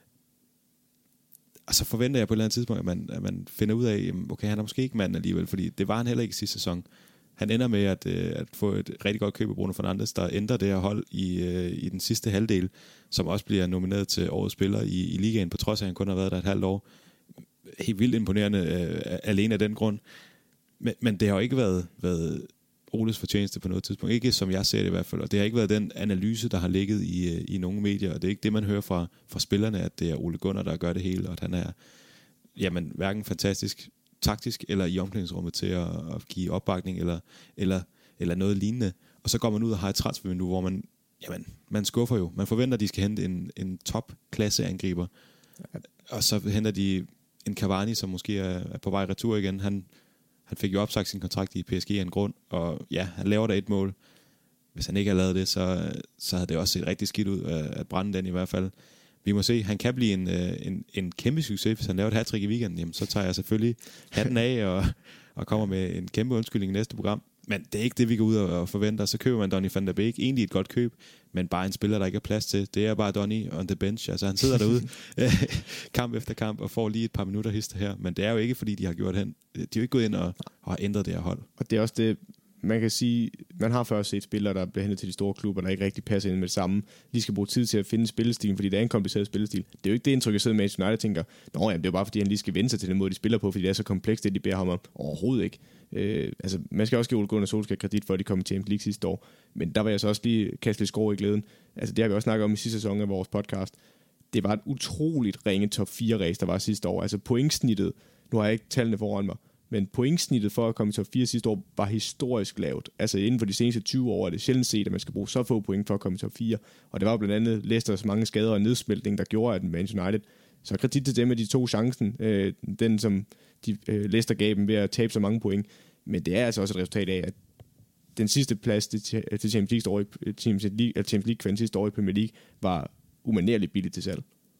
Og så forventer jeg på et eller andet tidspunkt, at man, at man finder ud af, okay, han er måske ikke manden alligevel, fordi det var han heller ikke i sidste sæson. Han ender med at, øh, at få et rigtig godt køb af Bruno Fernandes, der ændrer det her hold i, øh, i den sidste halvdel, som også bliver nomineret til årets spiller i, i ligaen, på trods af, at han kun har været der et halvt år. Helt vildt imponerende øh, alene af den grund. Men, men det har jo ikke været, været Oles fortjeneste på noget tidspunkt. Ikke som jeg ser det i hvert fald. Og det har ikke været den analyse, der har ligget i, i nogle medier. Og det er ikke det, man hører fra, fra spillerne, at det er Ole Gunnar, der gør det hele. Og at han er jamen, hverken fantastisk taktisk eller i omklædningsrummet til at, at give opbakning eller, eller, eller noget lignende. Og så går man ud og har et transfervindue, hvor man, jamen, man skuffer jo. Man forventer, at de skal hente en, en top-klasse angriber. Og så henter de en Cavani, som måske er, er på vej retur igen. Han, han fik jo opsagt sin kontrakt i P S G af en grund, og ja, han laver der et mål. Hvis han ikke havde lavet det, så, så havde det også set rigtig skidt ud at, at brænde den i hvert fald. Vi må se, han kan blive en, en, en kæmpe succes, hvis han laver et hat-trick i weekenden. Jamen, så tager jeg selvfølgelig hatten af og, og kommer med en kæmpe undskyldning i næste program. Men det er ikke det, vi går ud og forventer. Så køber man Donny van der Beek. Egentlig et godt køb, men bare en spiller, der ikke er plads til. Det er bare Donny on the bench. Altså, han sidder derude kamp efter kamp og får lige et par minutter hister her. Men det er jo ikke, fordi de har gjort hen. De er jo ikke gået ind og, og har ændret det her hold. Og det er også det, man kan sige, man har først set spillere, der bliver hentet til de store klubber, der ikke rigtig passer ind med det samme. De skal bruge tid til at finde spillestilen, fordi det er en kompliceret spillestil. Det er jo ikke det indtryk, jeg sidder med, at United tænker, nå ja, det er jo bare fordi, han lige skal vende sig til den måde, de spiller på, fordi det er så komplekst, det de beder ham om. Overhovedet ikke. Øh, altså, man skal også give Ole Gunnar Solskjaer kredit for, at de kom i Champions League sidste år. Men der var jeg så også lige kaste lidt skår i glæden. Altså, det har vi også snakket om i sidste sæson af vores podcast. Det var et utroligt ringe top fire race, der var sidste år. Altså, pointsnittet, nu har jeg ikke tallene foran mig, men pointsnittet for at komme i top fire sidste år var historisk lavt. Altså inden for de seneste tyve år er det sjældent set, at man skal bruge så få point for at komme i top fire. Og det var blandt andet Leicesters mange skader og nedsmeltning, der gjorde, at Manchester United, så kredit til dem, at de tog chancen, øh, den som de, øh, Leicester gav dem ved at tabe så mange point. Men det er altså også et resultat af, at den sidste plads til, til Champions League år i Champions League, Champions League sidste år i Premier League var umanerligt billigt til salg.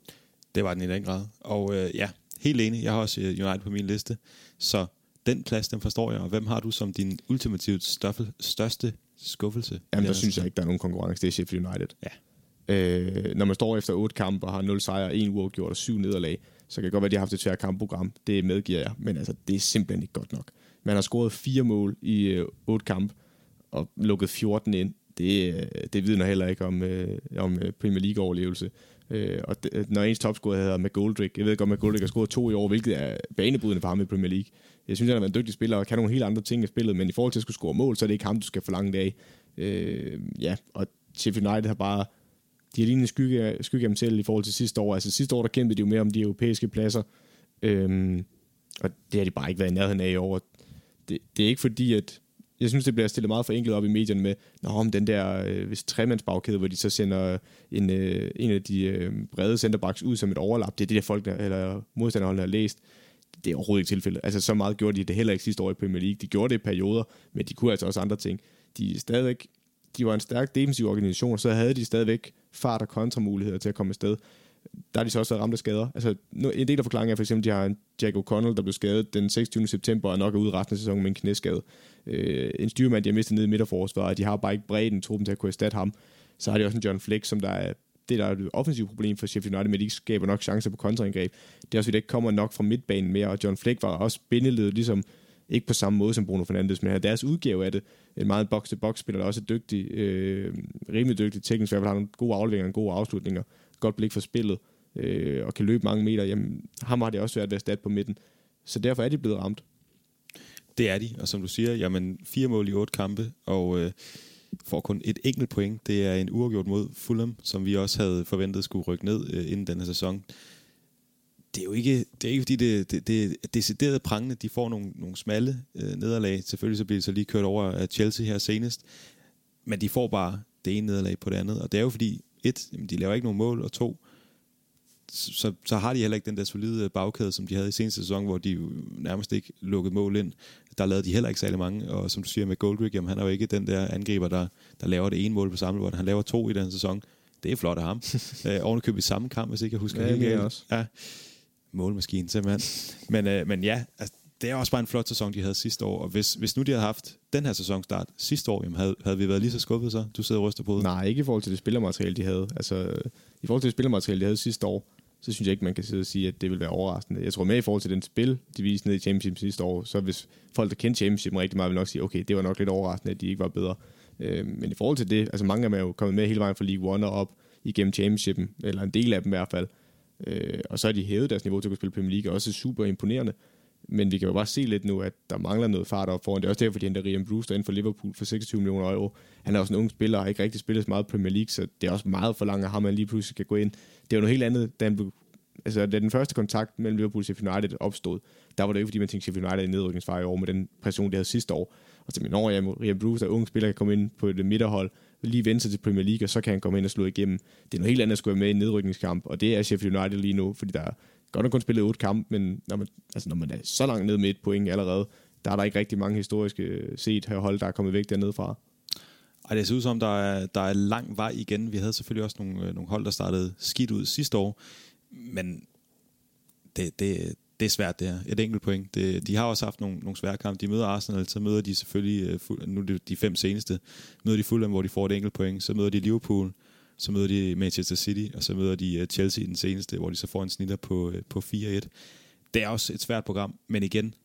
Det var den i den grad. Og øh, ja, helt enig. Jeg har også United på min liste. Så den plads, den forstår jeg. Og hvem har du som din ultimativt største, største skuffelse? Jamen, der synes jeg ikke, der er nogen konkurrence. Det er Sheffield United. Ja. Øh, når man står efter otte kampe og har nul sejre, en uafgjort og syv nederlag, så kan det godt være, at de har haft et svært kampprogram. Det medgiver jeg. Men altså, det er simpelthen ikke godt nok. Man har scoret fire mål i øh, otte kampe og lukket fjorten ind. Det, det vidner heller ikke om, øh, om Premier League-overlevelse. Øh, og det, når ens topscorer hedder McGoldrick, jeg ved godt, at McGoldrick har scoret to i år, hvilket er banebrydende for ham i Premier League. Jeg synes, han har været en dygtig spiller og kan nogle helt andre ting i spillet, men i forhold til at skulle score mål, så er det ikke ham, du skal forlange det af. Øh, ja, og Sheffield United har bare, de har lignende skygge, skygge af dem selv i forhold til sidste år. Altså sidste år, der kæmpede de jo mere om de europæiske pladser, øh, og det har de bare ikke været i nærheden af i år. Det, det er ikke fordi, at jeg synes, det bliver stillet meget for enkelt op i medierne med, nå, om den der øh, hvis tremandsbagkæde, hvor de så sender en, øh, en af de øh, brede centerbacks ud som et overlap. Det er det, der folk, der, eller modstanderholdene har læst. Det er overhovedet ikke tilfældet. Altså, så meget gjorde de det heller ikke sidste år i Premier League. De gjorde det i perioder, men de kunne altså også andre ting. De, stadigvæk, de var en stærk defensiv organisation, og så havde de stadigvæk fart og kontramuligheder til at komme afsted. Der er de så også ramt af skader. Altså, en del af forklaringen er for eksempel, at de har en Jack O'Connell, der blev skadet den seksogtyvende september, og nok er ude resten af sæsonen med en knæskade. Øh, en styrmand, de har mistet ned i midterforsvaret, og de har bare ikke bredden truppen til at kunne erstatte ham. Så har de også en John Fleck, som der er det, der er et offensivt problem for Sheffield United, men de ikke skaber nok chancer på kontraindgreb. Det er også, at det ikke kommer nok fra midtbanen mere, og John Fleck var også bindeledet, ligesom ikke på samme måde som Bruno Fernandes, men deres udgave af det. En meget box-to-box-spiller, der også er dygtig, øh, rimelig dygtig teknisk, i hvert fald har nogle gode afleveringer, gode afslutninger, godt blik for spillet, øh, og kan løbe mange meter. Jamen, ham har det også været ved at erstatte på midten. Så derfor er de blevet ramt. Det er de, og som du siger, jamen fire mål i otte kampe, og øh, får kun et enkelt point. Det er en uafgjort mod Fulham, som vi også havde forventet skulle rykke ned øh, inden denne sæson. Det er jo ikke, det er ikke fordi det, det, det er decideret prangende. De får nogle, nogle smalle øh, nederlag. Selvfølgelig så bliver det så lige kørt over af Chelsea her senest. Men de får bare det ene nederlag på det andet. Og det er jo fordi, et, de laver ikke nogen mål, og to, så, så har de heller ikke den der solide bagkæde, som de havde i seneste sæson, hvor de nærmest ikke lukkede mål ind. Der lavede de heller ikke særlig mange, og som du siger med Goldrick, jamen han er jo ikke den der angriber, der, der laver det ene mål på samme måde. Han laver to i den sæson. Det er flot af ham. øh, Ovenikøbet i samme kamp, hvis ikke jeg husker ja, helt galt. Også. Ja, målmaskinen simpelthen. Men, øh, men ja, altså, det er også bare en flot sæson, de havde sidste år. Og hvis, hvis nu de havde haft den her sæsonstart sidste år, jamen havde, havde vi været lige så skuffet så? Du sidder og ryster på det. Nej, ikke i forhold til det spillermateriale, de havde. Altså, i forhold til det spillermateriale, de havde sidste år, så synes jeg ikke, man kan sidde og sige, at det vil være overraskende. Jeg tror med i forhold til den spil, de viste ned i Championship sidste år, så hvis folk, der kendte Championship rigtig meget, vil nok sige, okay, det var nok lidt overraskende, at de ikke var bedre. Øh, men i forhold til det, altså mange af dem er jo kommet med hele vejen fra League One og op igennem Championshipen, eller en del af dem i hvert fald. Øh, og så har de hævet deres niveau til at kunne spille Premier League, også super imponerende. Men vi kan jo bare se lidt nu, at der mangler noget fart op foran. Det er også derfor, de henter Ryan Brewster ind for Liverpool for seksogtyve millioner euro. Han er også en ung spiller og har ikke rigtig spillet så meget Premier League, så det er også meget for langt, at ham lige pludselig skal gå ind. Det er jo noget helt andet, da, han, altså, da den første kontakt mellem Liverpool og Sheffield United opstod. Der var det ikke, fordi man tænkte, Sheffield United er i nedrykningsfare i år med den præstation, de havde sidste år. Og så når jeg Ryan Brewster, ung spiller, kan komme ind på det midterhold, lige vende sig til Premier League, og så kan han komme ind og slå igennem. Det er noget helt andet at skulle være med i en nedrykningskamp, og det er Sheffield United lige nu, fordi der er godt nok kun spillet otte kampe, men når man, altså når man er så langt ned med et point allerede, der er der ikke rigtig mange historiske set her hold, der er kommet væk dernede fra. Ej, det ser ud som, der er, der er lang vej igen. Vi havde selvfølgelig også nogle, nogle hold, der startede skidt ud sidste år, men det, det, det er svært det her. Et enkelt point. Det, de har også haft nogle, nogle svære kampe. De møder Arsenal, så møder de selvfølgelig, nu er det de fem seneste, møder de Fulham, hvor de får et enkelt point, så møder de Liverpool, så møder de Manchester City, og så møder de Chelsea i den seneste, hvor de så får en snitter på, på fire et. Det er også et svært program, men igen,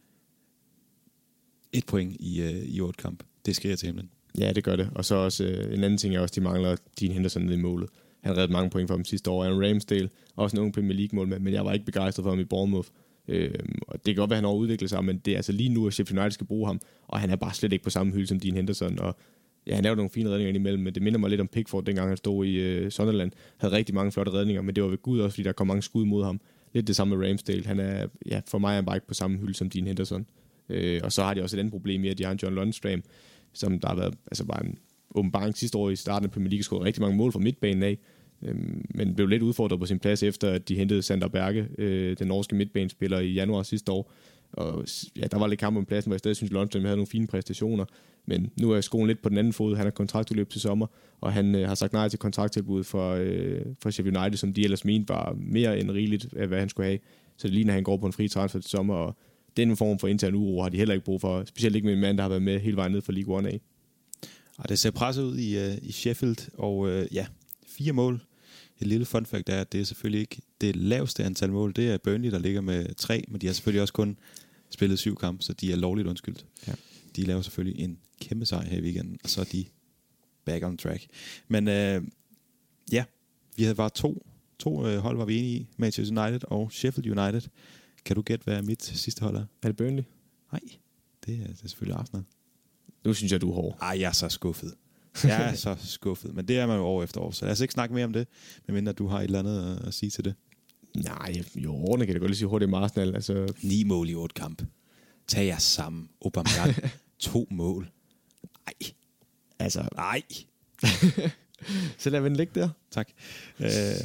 et point i, i otte kamp. Det skriger til himlen. Ja, det gør det. Og så også øh, en anden ting er også, de mangler Dean Henderson nede i målet. Han reddede mange point for dem sidste år. Aaron Ramsdale, også en ung Premier League-målmand, men jeg var ikke begejstret for ham i Bournemouth. Øh, og det kan godt være, at han har udviklet sig, men det er altså lige nu, at Sheffield United skal bruge ham, og han er bare slet ikke på samme hylde som Dean Henderson, og ja, han lavede nogle fine redninger indimellem, men det minder mig lidt om Pickford, dengang han stod i øh, Sunderland. Havde rigtig mange flotte redninger, men det var ved Gud også, fordi der kom mange skud mod ham. Lidt det samme med Ramsdale. Han er, ja, for mig er han bare ikke på samme hylde som Dean Henderson. Øh, og så har de også et andet problem med, at de har en John Lundstram, som der har været altså bare en åbenbaring sidste år i starten af Premier League, skåret rigtig mange mål fra midtbanen af, øh, men blev lidt udfordret på sin plads efter, at de hentede Sander Berge, øh, den norske midtbanespiller, i januar sidste år. Og ja, der var lidt kamp om pladsen, hvor jeg stadig synes, at Lundstram havde nogle fine præstationer, men nu er skoen lidt på den anden fod. Han har kontraktudløb til sommer, og han øh, har sagt nej til kontrakttilbud for, øh, for Sheffield United, som de ellers mente var mere end rigeligt af, hvad han skulle have. Så det ligner, at han går på en fri transfer til sommer, og den form for intern uro har de heller ikke brug for, specielt ikke med en mand, der har været med hele vejen ned fra League One af. Og det ser presset ud i, uh, i Sheffield, og uh, ja, fire mål. Et lille fun fact er, at det er selvfølgelig ikke det laveste antal mål. Det er Burnley, der ligger med tre, men de har selvfølgelig også kun spillet syv kampe, så de er lovligt undskyldt. Ja. De laver selvfølgelig en kæmpe sejr her i weekenden, og så er de back on track. Men uh, ja, vi havde bare to, to uh, hold, var vi enige i, Manchester United og Sheffield United. Kan du gætte, hvad mit sidste hold er? Er det Burnley? Nej, det er, det er selvfølgelig Arsenal. Nu synes jeg, du er hård. Ej, jeg er så skuffet. Jeg er så skuffet, men det er man jo år efter år, så lad os ikke snakke mere om det, medmindre du har et eller andet at, at sige til det. Nej, jo, ordene kan det godt lige sige hurtigt med Arsenal. Altså... Ni mål i otte kamp. Tag jer sammen. Aubameyang, to mål. Ej. Altså... Ej. Så lad vi den ligge der. Tak. Øh,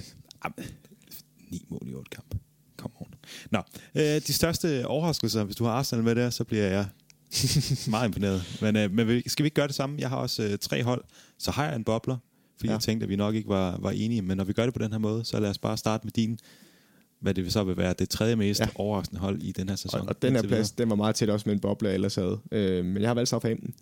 ni mål i otte kamp. Kom on. Nå, øh, de største overraskelser, hvis du har Arsenal med der, så bliver jeg meget imponeret. Men, øh, men skal vi ikke gøre det samme? Jeg har også øh, tre hold. Så har jeg en bobler, fordi ja. jeg tænkte, at vi nok ikke var, var enige. Men når vi gør det på den her måde, så lad os bare starte med din, hvad det så vil være det tredje mest ja. overraskende hold i den her sæson. Og, og den her plads, den var meget tæt også med en bobler ellers havde. Øh, men jeg har valgt Southampton.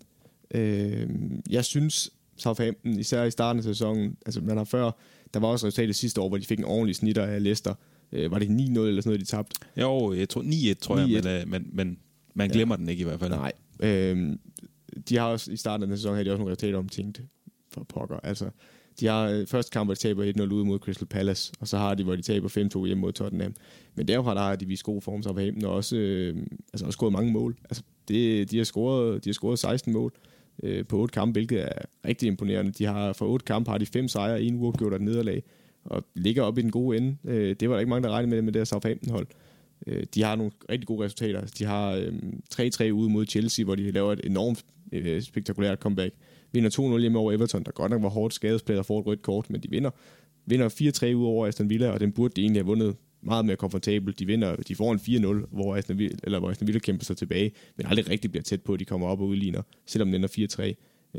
Øh, jeg synes, Southampton, især i starten af sæsonen, altså man har før, der var også resultatet sidste år, hvor de fik en ordentlig snitter af Leicester. Øh, var det ni nul eller sådan noget, de tabte? Jo, jeg tror ni et, tror jeg, men, men, men man glemmer ja. den ikke i hvert fald. Nej. Øh, de har også, i starten af den sæson, havde de også nogle resultater om tænkt for pokker. Altså, de har første kamp, hvor de taber et nul ude mod Crystal Palace, og så har de, hvor de taber fem to hjemme mod Tottenham. Men derfra der har de vist god form, så Southampton, og også, øh, altså, også scoret mange mål. Altså, det, de, har scoret, de har scoret seksten mål øh, på otte kampe, hvilket er rigtig imponerende. De har, for otte kampe har de fem sejre, en uafgjort og et nederlag, og ligger op i den gode ende. Øh, det var der ikke mange, der regnede med det med det her Southampton-hold. Øh, de har nogle rigtig gode resultater. De har øh, tre tre ude mod Chelsea, hvor de laver et enormt øh, spektakulært comeback. Vinder to nul hjemme over Everton, der godt nok var hårdt skadespillet og får et rødt kort, men de vinder. Vinder fire tre ude over Aston Villa, og den burde de egentlig have vundet meget mere komfortabelt. De vinder, de får en fire nul, hvor Aston Villa, eller hvor Aston Villa kæmper sig tilbage, men aldrig rigtig bliver tæt på, at de kommer op og udligner, selvom den ender fire tre.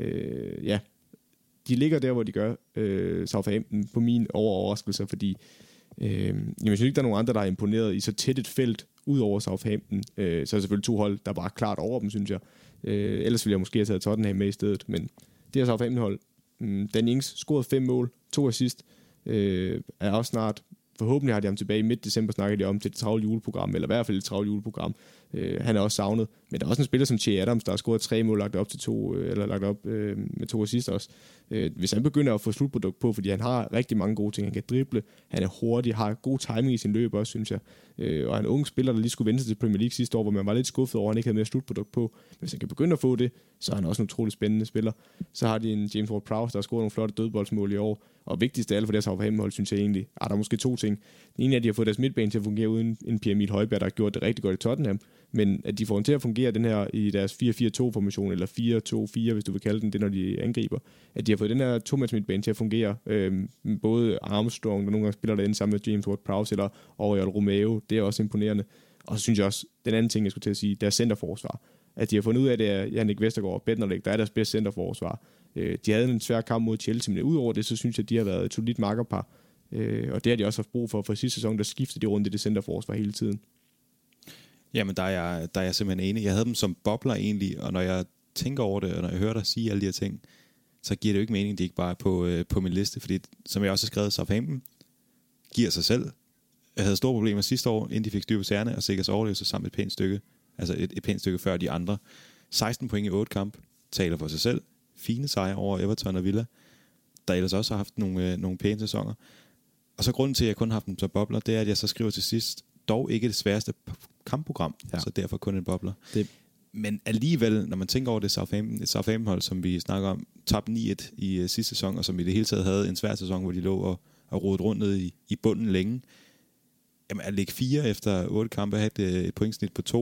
Øh, ja, de ligger der, hvor de gør, øh, Southampton, på min overoverraskelse, fordi øh, jeg synes ikke, der er nogen andre, der er imponeret i så tæt et felt, ud over Southampton. Øh, så er der selvfølgelig to hold, der er bare klart over dem, synes jeg. Øh, ellers ville jeg måske have taget Tottenham med i stedet, men det her Southampton-hold, mm, Dan Ings scorede fem mål, to assist, øh, er også snart, forhåbentlig har de ham tilbage i midt december, snakker de om til et travlt juleprogram, eller i hvert fald et travlt juleprogram. Øh, han er også savnet, men der er også en spiller som Che Adams, der har scoret tre mål, lagt op til to, øh, eller lagt op øh, med to assist også. Øh, hvis han begynder at få slutprodukt på, fordi han har rigtig mange gode ting, han kan drible, han er hurtig, har god timing i sin løb også, synes jeg. Øh, og en ung spiller, der lige skulle vente til Premier League sidste år, hvor man var lidt skuffet over, at han ikke havde mere slutprodukt på. Men hvis han kan begynde at få det, så er han også en utrolig spændende spiller. Så har de en James Ward-Prowse, der har scoret nogle flotte dødboldsmål i år. Og vigtigst af alt for deres Southampton-hold, synes jeg egentlig, er der måske to ting. Den ene er, at de har fået deres midtbane til at fungere uden en Pierre-Emil Højbjerg, der har gjort det rigtig godt i Tottenham. Men at de får den til at fungere, den her i deres fire fire to-formation, eller fire to fire, hvis du vil kalde den det, når de angriber. At de har fået den her to-mands midtbane til at fungere. Øhm, både Armstrong, der nogle gange spiller derinde sammen med James Ward-Prowse, eller Oriol Romeo, det er også imponerende. Og så synes jeg også, den anden ting, jeg skulle til at sige, deres centerforsvar. At de har fundet ud af, at det er Jannik Vestergaard og Bednarek, der er deres bedste centerforsvar. Øh, de havde en svær kamp mod Chelsea, men udover det, så synes jeg, at de har været et solidt makkerpar. Øh, og det har de også haft brug for, for sidste sæson, der skiftede de rundt i det centerforsvar hele tiden. Jamen, der er, jeg, der er jeg simpelthen enig. Jeg havde dem som bobler egentlig, og når jeg tænker over det, og når jeg hører dig sige alle de her ting, så giver det jo ikke mening, at de ikke bare er på, øh, på min liste, fordi som jeg også har skrevet, Southampton giver sig selv. Jeg havde store problemer sidste år, inden de fik styr på sagerne, og sikkert overlevede sig sammen et pænt stykke, altså et, et pænt stykke før de andre. seksten point i otte kamp, taler for sig selv. Fine sejre over Everton og Villa, der ellers også har haft nogle, øh, nogle pæne sæsoner. Og så grunden til, at jeg kun har haft dem som bobler, det er, at jeg så skriver til sidst, dog ikke det sværeste kampprogram, ja. Så derfor kun en bobler. Det. Men alligevel, når man tænker over det Southampton, et Southampton-hold, som vi snakker om, tabte ni et i uh, sidste sæson, og som i det hele taget havde en svær sæson, hvor de lå og, og rodet rundt ned i, i bunden længe. Jamen, at ligge fire efter otte kampe, have et, et pointsnit på to,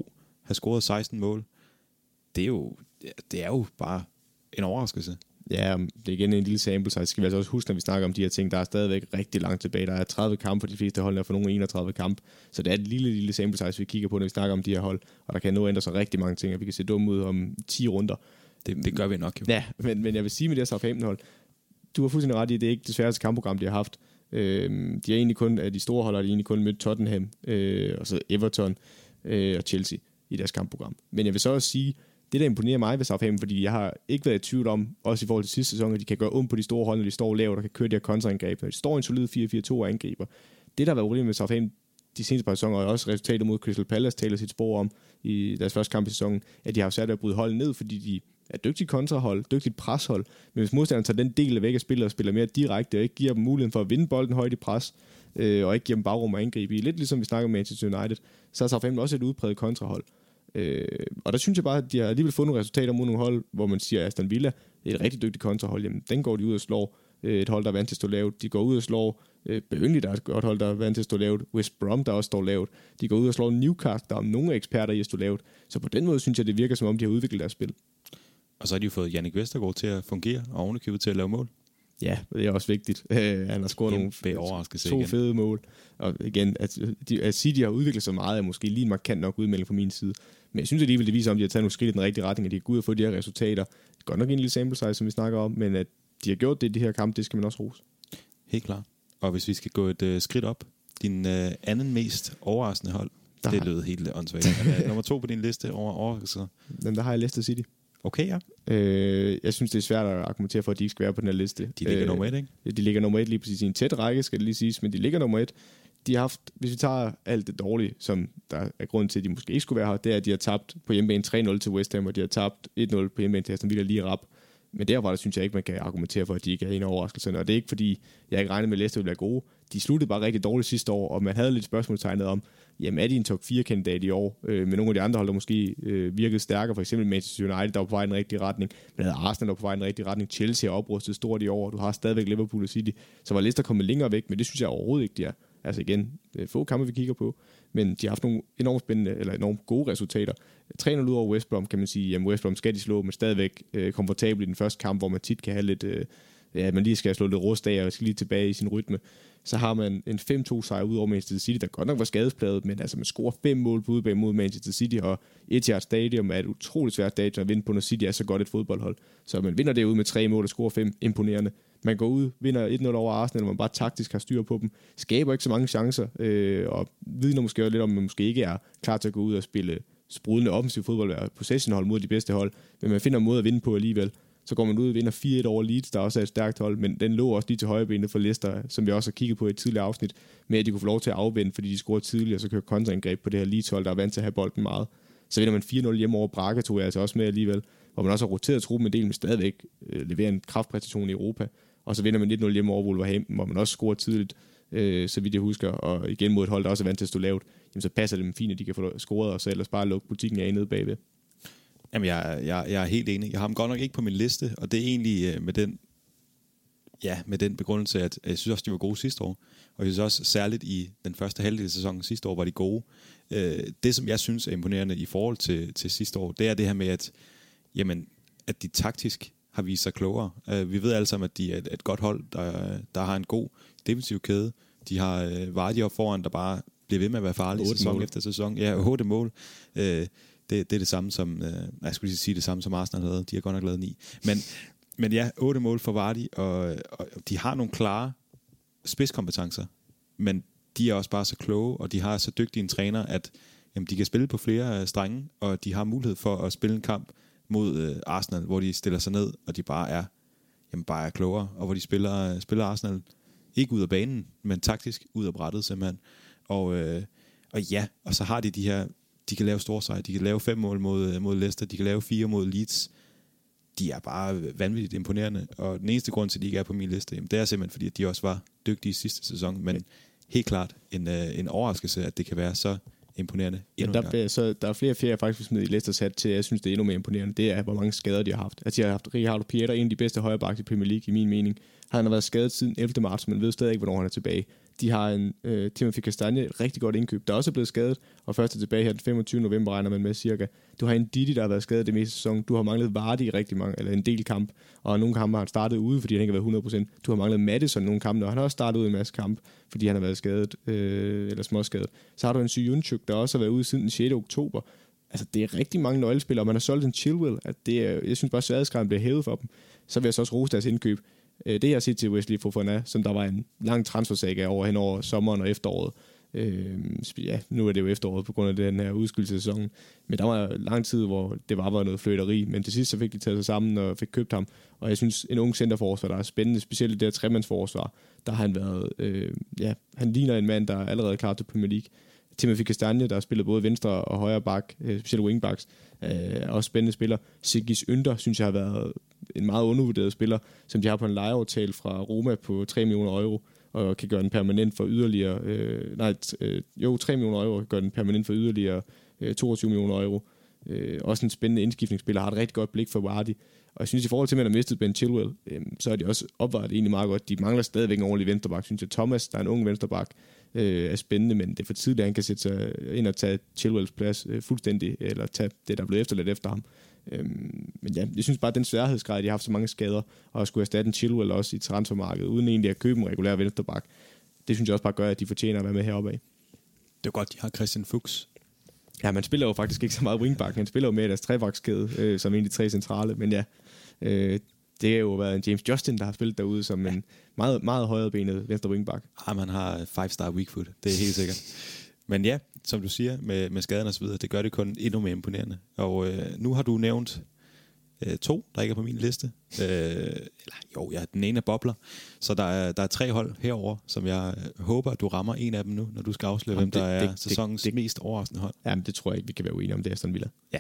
have scoret seksten mål. Det er jo, det er jo bare en overraskelse. Ja, det er igen en lille sample size. Skal vi altså også huske, når vi snakker om de her ting, der er stadigvæk rigtig langt tilbage. Der er tredive kampe for de fleste hold, der for nogle enogtredive kampe. Så det er et lille, lille sample size, vi kigger på, når vi snakker om de her hold. Og der kan nå ændre sig rigtig mange ting, og vi kan se dumme ud om ti runder. Det, det gør vi nok jo. Ja, men, men jeg vil sige med det her Southampton-hold, du har fuldstændig ret i, det er ikke det sværeste kampprogram, de har haft. Øhm, de er egentlig kun, af de store hold, har de egentlig kun mødt Tottenham, øh, og så Everton øh, og Chelsea i deres kampprogram. Men jeg vil så også sige, det der imponerer mig ved Southampton, fordi jeg har ikke været i tvivl om, også i forhold til sidste sæson, at de kan gøre ondt på de store hold, når de står lavt og kan køre de her kontraangreb. Når de står i en solid fire fire to og angriber. Det, der har været problemet med Southampton de seneste par sæsoner, og også resultatet mod Crystal Palace taler sit spor om i deres første kamp i sæsonen, at de har sat at bryde holdet ned, fordi de er dygtige kontrahold, dygtigt preshold, men hvis modstanderen tager den del væk af spillet og spiller mere direkte, og ikke giver dem muligheden for at vinde bolden højt i pres, øh, og ikke giver dem bagrum at angribe i, lidt ligesom vi snakker om Manchester United, så er Southampton også et udpræget kontrahold. Øh, og der synes jeg bare, at de har alligevel fundet nogle resultater mod nogle hold, hvor man siger, at Aston Villa er et rigtig dygtigt kontrahold, jamen den går de ud og slår øh, et hold, der er vant til at stå lavt, de går ud og slår øh, Burnley, der er et godt hold, der er vant til at stå lavt, West Brom, der også står lavt, de går ud og slår Newcastle, der er nogle eksperter i at stå lavt, så på den måde synes jeg, det virker som om, de har udviklet deres spil. Og så har de jo fået Jannik Vestergaard til at fungere, og ovenikøbet til at lave mål. Ja, det er også vigtigt. Uh, han har scoret nogle to igen. fede mål. Og igen, at, de, at City har udviklet sig meget, er måske lige en markant nok udmelding fra min side. Men jeg synes alligevel, det viser om, de har taget nogle skridt i den rigtige retning, at de kan gå ud og få de her resultater. Godt nok en lille sample size, som vi snakker om, men at de har gjort det i de her kampe, det skal man også rose. Helt klart. Og hvis vi skal gå et uh, skridt op, din uh, anden mest overraskende hold, der det lød helt åndssvagt. Nummer to på din liste over overraskelser. Den der har jeg Leicester City. Okay, ja. Øh, jeg synes, det er svært at argumentere for, at de ikke skal være på den her liste. De ligger øh, nummer et, ikke? De ligger nummer et lige præcis i en tæt række, skal det lige siges, men de ligger nummer et. De har haft, hvis vi tager alt det dårlige, som der er grunden til, at de måske ikke skulle være her, det er, at de har tabt på hjemmebane tre nul til West Ham, og de har tabt et nul på hjemmebane til Aston Villa lige rap. Men derfra, der synes jeg ikke, man kan argumentere for, at de ikke er en af overraskelserne. Og det er ikke, fordi jeg ikke regner med, at Leicester ville være gode. De sluttede bare rigtig dårligt sidste år, og man havde lidt spørgsmålstegnet om, jamen er de en top fire kandidat i år, øh, med nogle af de andre hold, der måske øh, virkede stærkere, for eksempel Manchester United, der var på vej i den rigtige retning, men havde Arsenal, der var på vej i den rigtige retning, Chelsea har oprustet stort i år, og du har stadigvæk Liverpool og City, så var Leicester kommet længere væk, men det synes jeg overhovedet ikke, de er. Altså igen, det er få kampe, vi kigger på, men de har haft nogle enormt spændende, eller enormt gode resultater. tre nul ud over West Brom, kan man sige, jamen West Brom skal de slå, men stadigvæk øh, komfortabelt i den første kamp, hvor man tit kan have lidt, øh, ja, man lige skal slå lidt rust af, og skal lige tilbage i sin rytme. Så har man en fem to sejr ud over Manchester City, der godt nok var skadespladet, men altså man scorer fem mål på udebane mod Manchester City, og Etihad Stadium er et utroligt svært stadion at vinde på, når City er så godt et fodboldhold. Så man vinder derude med tre mål og scorer fem, imponerende. Man går ud, vinder et nul over Arsenal, man bare taktisk har styr på dem, skaber ikke så mange chancer, øh, og vidner måske lidt om, at man måske ikke er klar til at gå ud og spille sprudlende offensiv fodbold, være possessionhold mod de bedste hold, men man finder en måde at vinde på alligevel. Så går man ud og vinder fire et over Leeds, der også er et stærkt hold, men den lå også lige til højrebenet for Leicester, som vi også har kigget på i et tidligere afsnit, med at de kunne få lov til at afvende, fordi de scorede tidligere, og så kører kontraangreb på det her Leeds hold, der er vant til at have bolden meget. Så vinder man fire nul hjemme over Braga, tog jeg altså også med alligevel, hvor man også har roteret truppen en del, men stadigvæk øh, leverer en kraftpræstation i Europa. Og så vinder man et nul hjemme over Wolverhampton, hvor man også scorer tidligt, øh, så vidt jeg husker, og igen mod et hold, der også er vant til at stå lavt, jamen så passer det dem fint, at de kan få scoret, og så ellers bare lukke butikken af nede bagved. Jamen, jeg, jeg, jeg er helt enig. Jeg har ham godt nok ikke på min liste, og det er egentlig øh, med den ja, med den begrundelse, at jeg synes også, de var gode sidste år. Og jeg synes også, særligt i den første halvdel af sæsonen sidste år, var de gode. Øh, det, som jeg synes er imponerende i forhold til, til sidste år, det er det her med, at, jamen, at de taktisk har vist sig klogere. Uh, vi ved alle sammen, at de er et, et godt hold, der, der har en god defensiv kæde. De har uh, Vardy op foran, der bare bliver ved med at være farlige sæson mål. efter sæson. Ja, otte mål. Uh, det, det er det samme som, uh, jeg skulle lige sige det samme som Arsenal havde. De har godt nok lavet ni. Men, men ja, otte mål for Vardy, og, og de har nogle klare spidskompetencer, men de er også bare så kloge, og de har så dygtige en træner, at jamen, de kan spille på flere uh, strenge, og de har mulighed for at spille en kamp mod øh, Arsenal, hvor de stiller sig ned, og de bare er, jamen bare er klogere, og hvor de spiller, øh, spiller Arsenal ikke ud af banen, men taktisk ud af brættet simpelthen. Og, øh, og ja, og så har de de her, de kan lave store sejre, de kan lave fem mål mod, mod Leicester, de kan lave fire mod Leeds. De er bare vanvittigt imponerende, og den eneste grund til, at de ikke er på min liste, jamen, det er simpelthen, fordi de også var dygtige sidste sæson, men helt klart en, øh, en overraskelse, at det kan være så imponerende. Ja, der, så der er flere og flere, jeg faktisk smidt i Leicesters hat til, jeg synes, det er endnu mere imponerende. Det er, hvor mange skader de har haft. Altså, de har haft Ricardo Pieter, en af de bedste højrebacks i Premier League, i min mening. Han har været skadet siden ellevte marts, men ved stadig ikke, hvornår han er tilbage. De har en øh, Timothy Castagne, et rigtig godt indkøb, der også er blevet skadet, og først er tilbage her den femogtyvende november, regner man med cirka. Du har en Didi, der har været skadet det meste sæson. Du har manglet Vardy i rigtig mange, eller en del kamp, og nogle kampe har han startet ude, fordi han ikke har været hundrede procent. Du har manglet Maddison nogle kampe, og han har også startet ud i en masse kamp, fordi han har været skadet, øh, eller småskadet. Så har du en Syunchuk, der også har været ude siden den sjette oktober. Altså, det er rigtig mange nøglespillere, og man har solgt en Chilwell. At det er, jeg synes bare, at sværhedsgraden bliver hævet for dem. Så vil jeg så også rose deres indkøb. Det jeg har set til Wesley Fofana, som der var en lang transfersaga over hen over sommeren og efteråret. Øh, ja, nu er det jo efteråret på grund af den her udskydelsessæson. Men der var lang tid, hvor det var bare noget fløjteri. Men til sidst så fik de taget sig sammen og fik købt ham. Og jeg synes, en ung centerforsvar, der er spændende, specielt det der tremandsforsvar, der har han været, øh, ja, han ligner en mand, der er allerede klar til Premier League. Timothy Castagne, der har spillet både venstre og højre bak, øh, specielt wingbacks, øh, er også spændende spiller. Sigis Ynder, synes jeg har været en meget undervurderet spiller, som de har på en lejeaftale fra Roma på tre millioner euro, og kan gøre den permanent for yderligere, øh, nej, øh, jo, tre millioner euro, kan gøre den permanent for yderligere øh, toogtyve millioner euro. Øh, også en spændende indskiftningsspiller, har et rigtig godt blik for Vardy. Og jeg synes, i forhold til, at man har mistet Ben Chilwell, øh, så er de også opvejet egentlig meget godt. De mangler stadigvæk en ordentlig venstreback, synes jeg. Thomas, der er en ung venstreback, øh, er spændende, men det er for tidligt, at han kan sætte sig ind og tage Chilwells plads øh, fuldstændig, eller tage det, der er blevet efterladt efter ham. Øhm, men ja, jeg synes bare, at den sværhedsgrad, de har haft så mange skader, og at skulle erstatte en Chilwell også i transfermarkedet, uden egentlig at købe en regulær venstreback, det synes jeg også bare gør, at de fortjener at være med heroppe af. Det er godt, de har Christian Fuchs. Ja, man spiller jo faktisk ikke så meget wingback, han spiller jo med deres trebackskæde, øh, som egentlig tre centrale, men ja, øh, det har jo været en James Justin, der har spillet derude som en meget, meget højrebenet venstre wingback. Ja, man har five-star weak foot, det er helt sikkert. Men ja, som du siger, med, med skaderne og så videre, det gør det kun endnu mere imponerende. Og øh, nu har du nævnt øh, to, der ikke er på min liste. Øh, eller jo, ja, den ene er bobler. Så der er, der er tre hold herover, som jeg håber, at du rammer en af dem nu, når du skal afsløre, hvem der er det, sæsonens det, det, mest overraskende hold. Jamen, det tror jeg ikke, vi kan være uenige om, det er Aston Villa. Ja.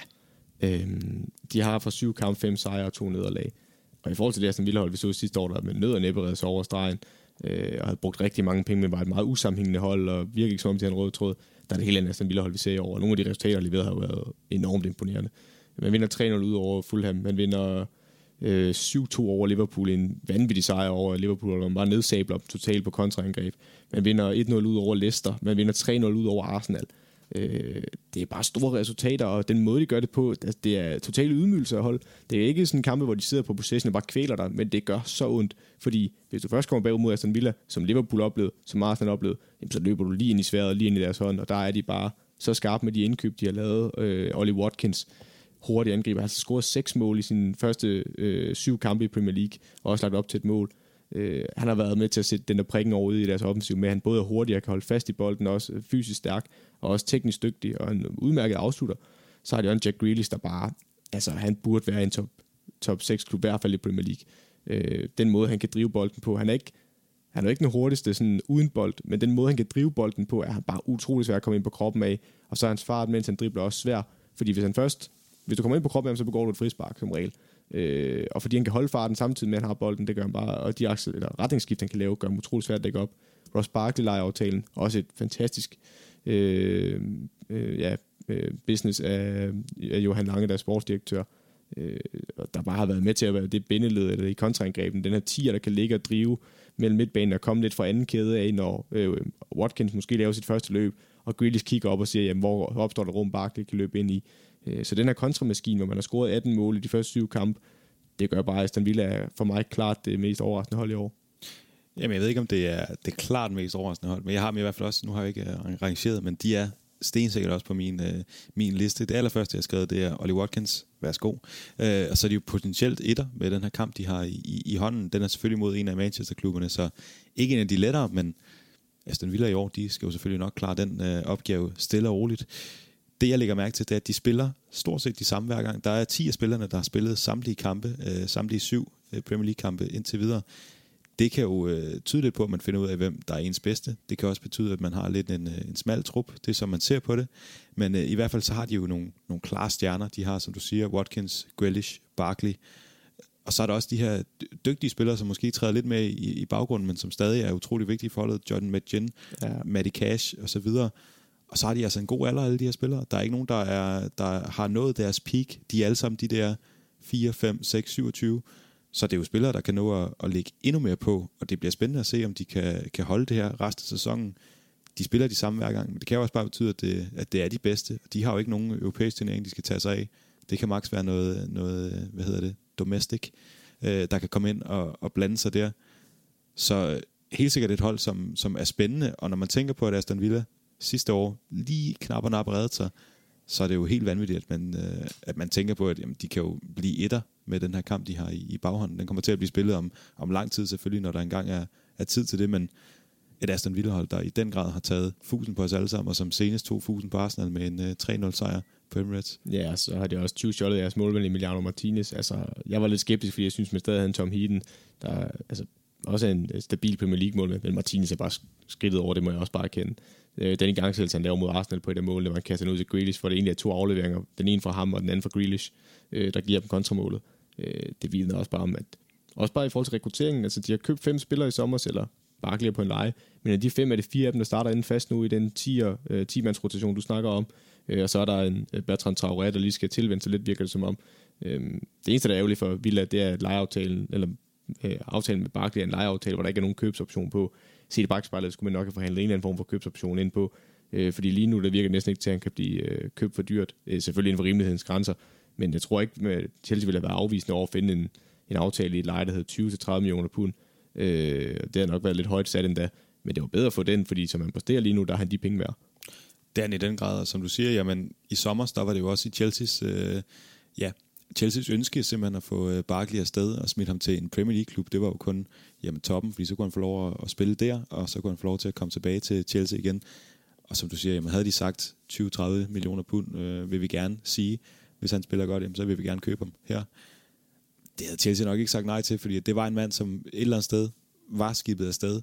Øhm, de har fra syv kamp, fem sejre og to nederlag. Og i forhold til det Aston Villa-hold, vi så sidste år, der med nød og næppe reddet sig over stregen, øh, og havde brugt rigtig mange penge, men var et meget usammenhængende hold, og virkede ikke som om de havde en rød tråd. Der er det hele andet Aston Villa-hold, vi ser over. Nogle af de resultater, der leveret, har været enormt imponerende. Man vinder tre nul ud over Fulham, man vinder øh, syv to over Liverpool, en vanvittig sejr over Liverpool, og man bare nedsabler totalt på kontraangreb. Man vinder et nul ud over Leicester, man vinder tre nul ud over Arsenal. Øh, det er bare store resultater, og den måde, de gør det på, altså, det er total ydmygelse af hold. Det er ikke sådan en kampe, hvor de sidder på possession og bare kvæler dig, men det gør så ondt, fordi hvis du først kommer bagud mod Aston Villa, som Liverpool oplevede, som Arsenal oplevede, så løber du lige ind i sværet, lige ind i deres hånd, og der er de bare så skarpe med de indkøb, de har lavet. Øh, Ollie Watkins, hurtig angriber, har altså scoret seks mål i sine første øh, syv kampe i Premier League, og også lagt op til et mål. Øh, han har været med til at sætte den der prikken over ude i deres offensiv, med at han både er hurtig og kan holde fast i bolden, og også fysisk stærk, og også teknisk dygtig, og en udmærket afslutter. Så har de også en Jack Grealish, der bare, altså han burde være en top, top seks klub, i hvert fald i Premier League. Øh, den måde, han kan drive bolden på, han er ikke, han er ikke den hurtigste sådan uden bold, men den måde, han kan drive bolden på, er han bare utrolig svær at komme ind på kroppen af, og så er hans fart, mens han dribler, også svær, fordi hvis han først, hvis du kommer ind på kroppen af ham, så begår du et frispark som regel. Øh, og fordi han kan holde farten samtidig med, at han har bolden, det gør han bare, og de aksel, eller retningsskift, han kan lave, gør ham utrolig svært at dække op. Ross Barkley lejeaftalen, også et fantastisk øh, øh, ja, øh, business af, af Johan Lange, der er sportsdirektør, øh, og der bare har været med til at være det bindeled, eller i kontraangreben, den her tier, der kan ligge og drive mellem midtbanen og komme lidt fra anden kæde af, når øh, Watkins måske laver sit første løb, og Grealish kigger op og siger, jamen, hvor opstår der rum, Barkley kan løbe ind i. Så den her kontramaskine, hvor man har scoret atten mål i de første syv kampe, det gør bare, at Aston Villa er for mig klart det mest overraskende hold i år. Jamen, jeg ved ikke, om det er det er klart mest overraskende hold, men jeg har dem i hvert fald også, nu har jeg ikke rangeret, men de er stensikkert også på min, øh, min liste. Det allerførste, jeg har skrevet, det er Ollie Watkins. Værsgo. Øh, og så er de jo potentielt etter med den her kamp, de har i, i, i hånden. Den er selvfølgelig mod en af Manchester-klubberne, så ikke en af de lettere, men Aston Villa i år, de skal jo selvfølgelig nok klare den øh, opgave stille og roligt. Det, jeg lægger mærke til, det er, at de spiller stort set de samme hver gang. Der er ti af spillerne, der har spillet samtlige kampe, øh, samtlige syv øh, Premier League-kampe indtil videre. Det kan jo øh, tyde lidt på, at man finder ud af, hvem der er ens bedste. Det kan også betyde, at man har lidt en, en smal trup. Det er, som man ser på det. Men øh, i hvert fald så har de jo nogle, nogle klare stjerner. De har, som du siger, Watkins, Grealish, Barkley. Og så er der også de her dygtige spillere, som måske træder lidt med i, i baggrunden, men som stadig er utrolig vigtige for holdet. Jordan McGinn, ja. Matty Cash og så videre. Og så har de altså en god alder, alle de her spillere. Der er ikke nogen, der, er, der har nået deres peak. De er alle sammen de der fire, fem, seks, syvogtyve. Så det er jo spillere, der kan nå at, at lægge endnu mere på, og det bliver spændende at se, om de kan, kan holde det her resten af sæsonen. De spiller de samme hver gang, men det kan jo også bare betyde, at det, at det er de bedste. De har jo ikke nogen europæisk turnering, de skal tage sig af. Det kan maks være noget, noget hvad hedder det, domestic, øh, der kan komme ind og, og blande sig der. Så helt sikkert et hold, som, som er spændende, og når man tænker på, at Aston Villa sidste år lige knap og nap reddede sig, så er det jo helt vanvittigt, at man, øh, at man tænker på, at jamen, de kan jo blive etter med den her kamp, de har i, i baghånden. Den kommer til at blive spillet om, om lang tid selvfølgelig, når der engang er, er tid til det, men et Aston Villa-hold, der i den grad har taget fusen på os alle sammen, og som senest tog fusen på Arsenal med en uh, tre nul sejr på Emirates. Ja, så har de også tyve shottet deres målmand Emiliano Martinez. Altså, jeg var lidt skeptisk, fordi jeg synes, man stadig havde en Tom Heaton, der altså, også er en stabil Premier League-målmand, men Martinez er bare skridtet over, det må jeg også bare erkende. Den igangsættelse, han laver mod Arsenal på et af målene, man kaster ud til Grealish, hvor det egentlig er to afleveringer, den ene fra ham og den anden fra Grealish, der giver dem kontramålet. Det vidner også bare om, at også bare i forhold til rekrutteringen, altså de har købt fem spillere i sommer, eller Barkley på en leje, men af de fem er det fire af dem, der starter inden fast nu i den ti-mands rotation, du snakker om, og så er der en Bertrand Traoré, der lige skal tilvende sig lidt, virker det som om. Det eneste, der er ærgerligt for Villa, det er, at lejeaftalen, eller øh, aftalen med Barkley er en lejeaftale, hvor der ikke er nogen købsoption på. Se det bakspejlet, skulle man nok have forhandlet en eller anden form for købsoption ind på, øh, fordi lige nu, det virker næsten ikke til, at han kan blive øh, købt for dyrt, øh, selvfølgelig inden for rimelighedens grænser, men jeg tror ikke, at Chelsea ville have været afvisende over at finde en, en aftale i et leje, der hedder tyve til tredive millioner pund. Øh, det har nok været lidt højt sat endda, men det var bedre at få den, fordi som han præsterer lige nu, der har han de penge værd. Det er i den grad, som du siger, jamen i sommer, der var det jo også i Chelsea's, øh, ja, Chelsea's ønske simpelthen at få øh, Barkley afsted og smidt ham til en Premier League-klub. Det var jo kun jamen, toppen, fordi så kunne han få lov at, at spille der, og så kunne han få lov til at komme tilbage til Chelsea igen. Og som du siger, jamen, havde de sagt tyve til tredive millioner pund, øh, vil vi gerne sige, hvis han spiller godt, jamen, så vil vi gerne købe ham her. Det havde Chelsea nok ikke sagt nej til, fordi det var en mand, som et eller andet sted var skibet afsted,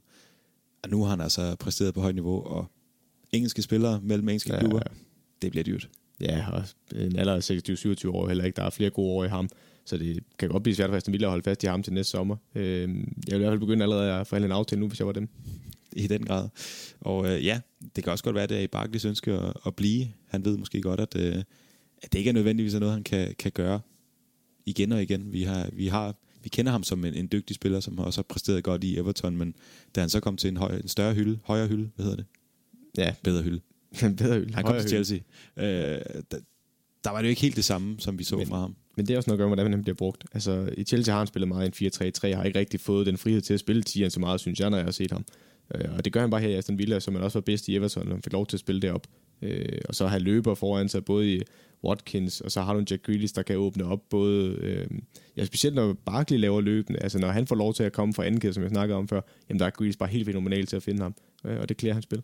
og nu har han altså præsteret på højt niveau, og engelske spillere mellem engelske ja, klubber, det bliver dyrt. Ja, og en alder af seksogtyve til syvogtyve år heller ikke. Der er flere gode år i ham, så det kan godt blive svært for Aston Villa at holde fast i ham til næste sommer. Jeg vil i hvert fald begynde allerede at forhandle en aftale nu, hvis jeg var dem. I den grad. Og øh, ja, det kan også godt være, at det er i Barkleys ønske at, at blive. Han ved måske godt, at, øh, at det ikke er nødvendigvis noget, han kan, kan gøre igen og igen. Vi har, vi har vi kender ham som en, en dygtig spiller, som også har præsteret godt i Everton, men da han så kom til en, høj, en større hylde, højere hylde, hvad hedder det? Ja, bedre hylde. bedre hylde. Han kom til Chelsea. Øh, der, der var det jo ikke helt det samme, som vi så men, fra ham. Men det er også noget at gøre, hvordan han bliver brugt. Altså, i Chelsea har han spillet meget i en fire tre tre, har ikke rigtig fået den frihed til at spille tieren så meget, synes jeg, når jeg har set ham. Øh, og det gør han bare her i Aston Villa, som han også var bedst i Everton, når han fik lov til at spille derop. Øh, og så har løber foran sig, både i Watkins, og så har du en Jack Grealish, der kan åbne op, både, øh, ja, specielt når Barkley laver løbende, altså når han får lov til at komme fra anden kæde, som jeg snakkede om før, jamen der er Grealish bare helt fænomenalt til at finde ham, øh, og det klæder hans spil.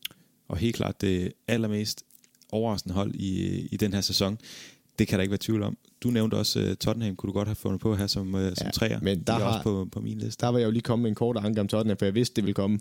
Og helt klart det allermest overraskende hold i, i den her sæson, det kan der ikke være tvivl om. Du nævnte også uh, Tottenham, kunne du godt have fundet på her som, uh, som ja, træer, men der har, også på, på min liste. Der var jeg jo lige kommet med en kort anke om Tottenham, for jeg vidste, det ville komme,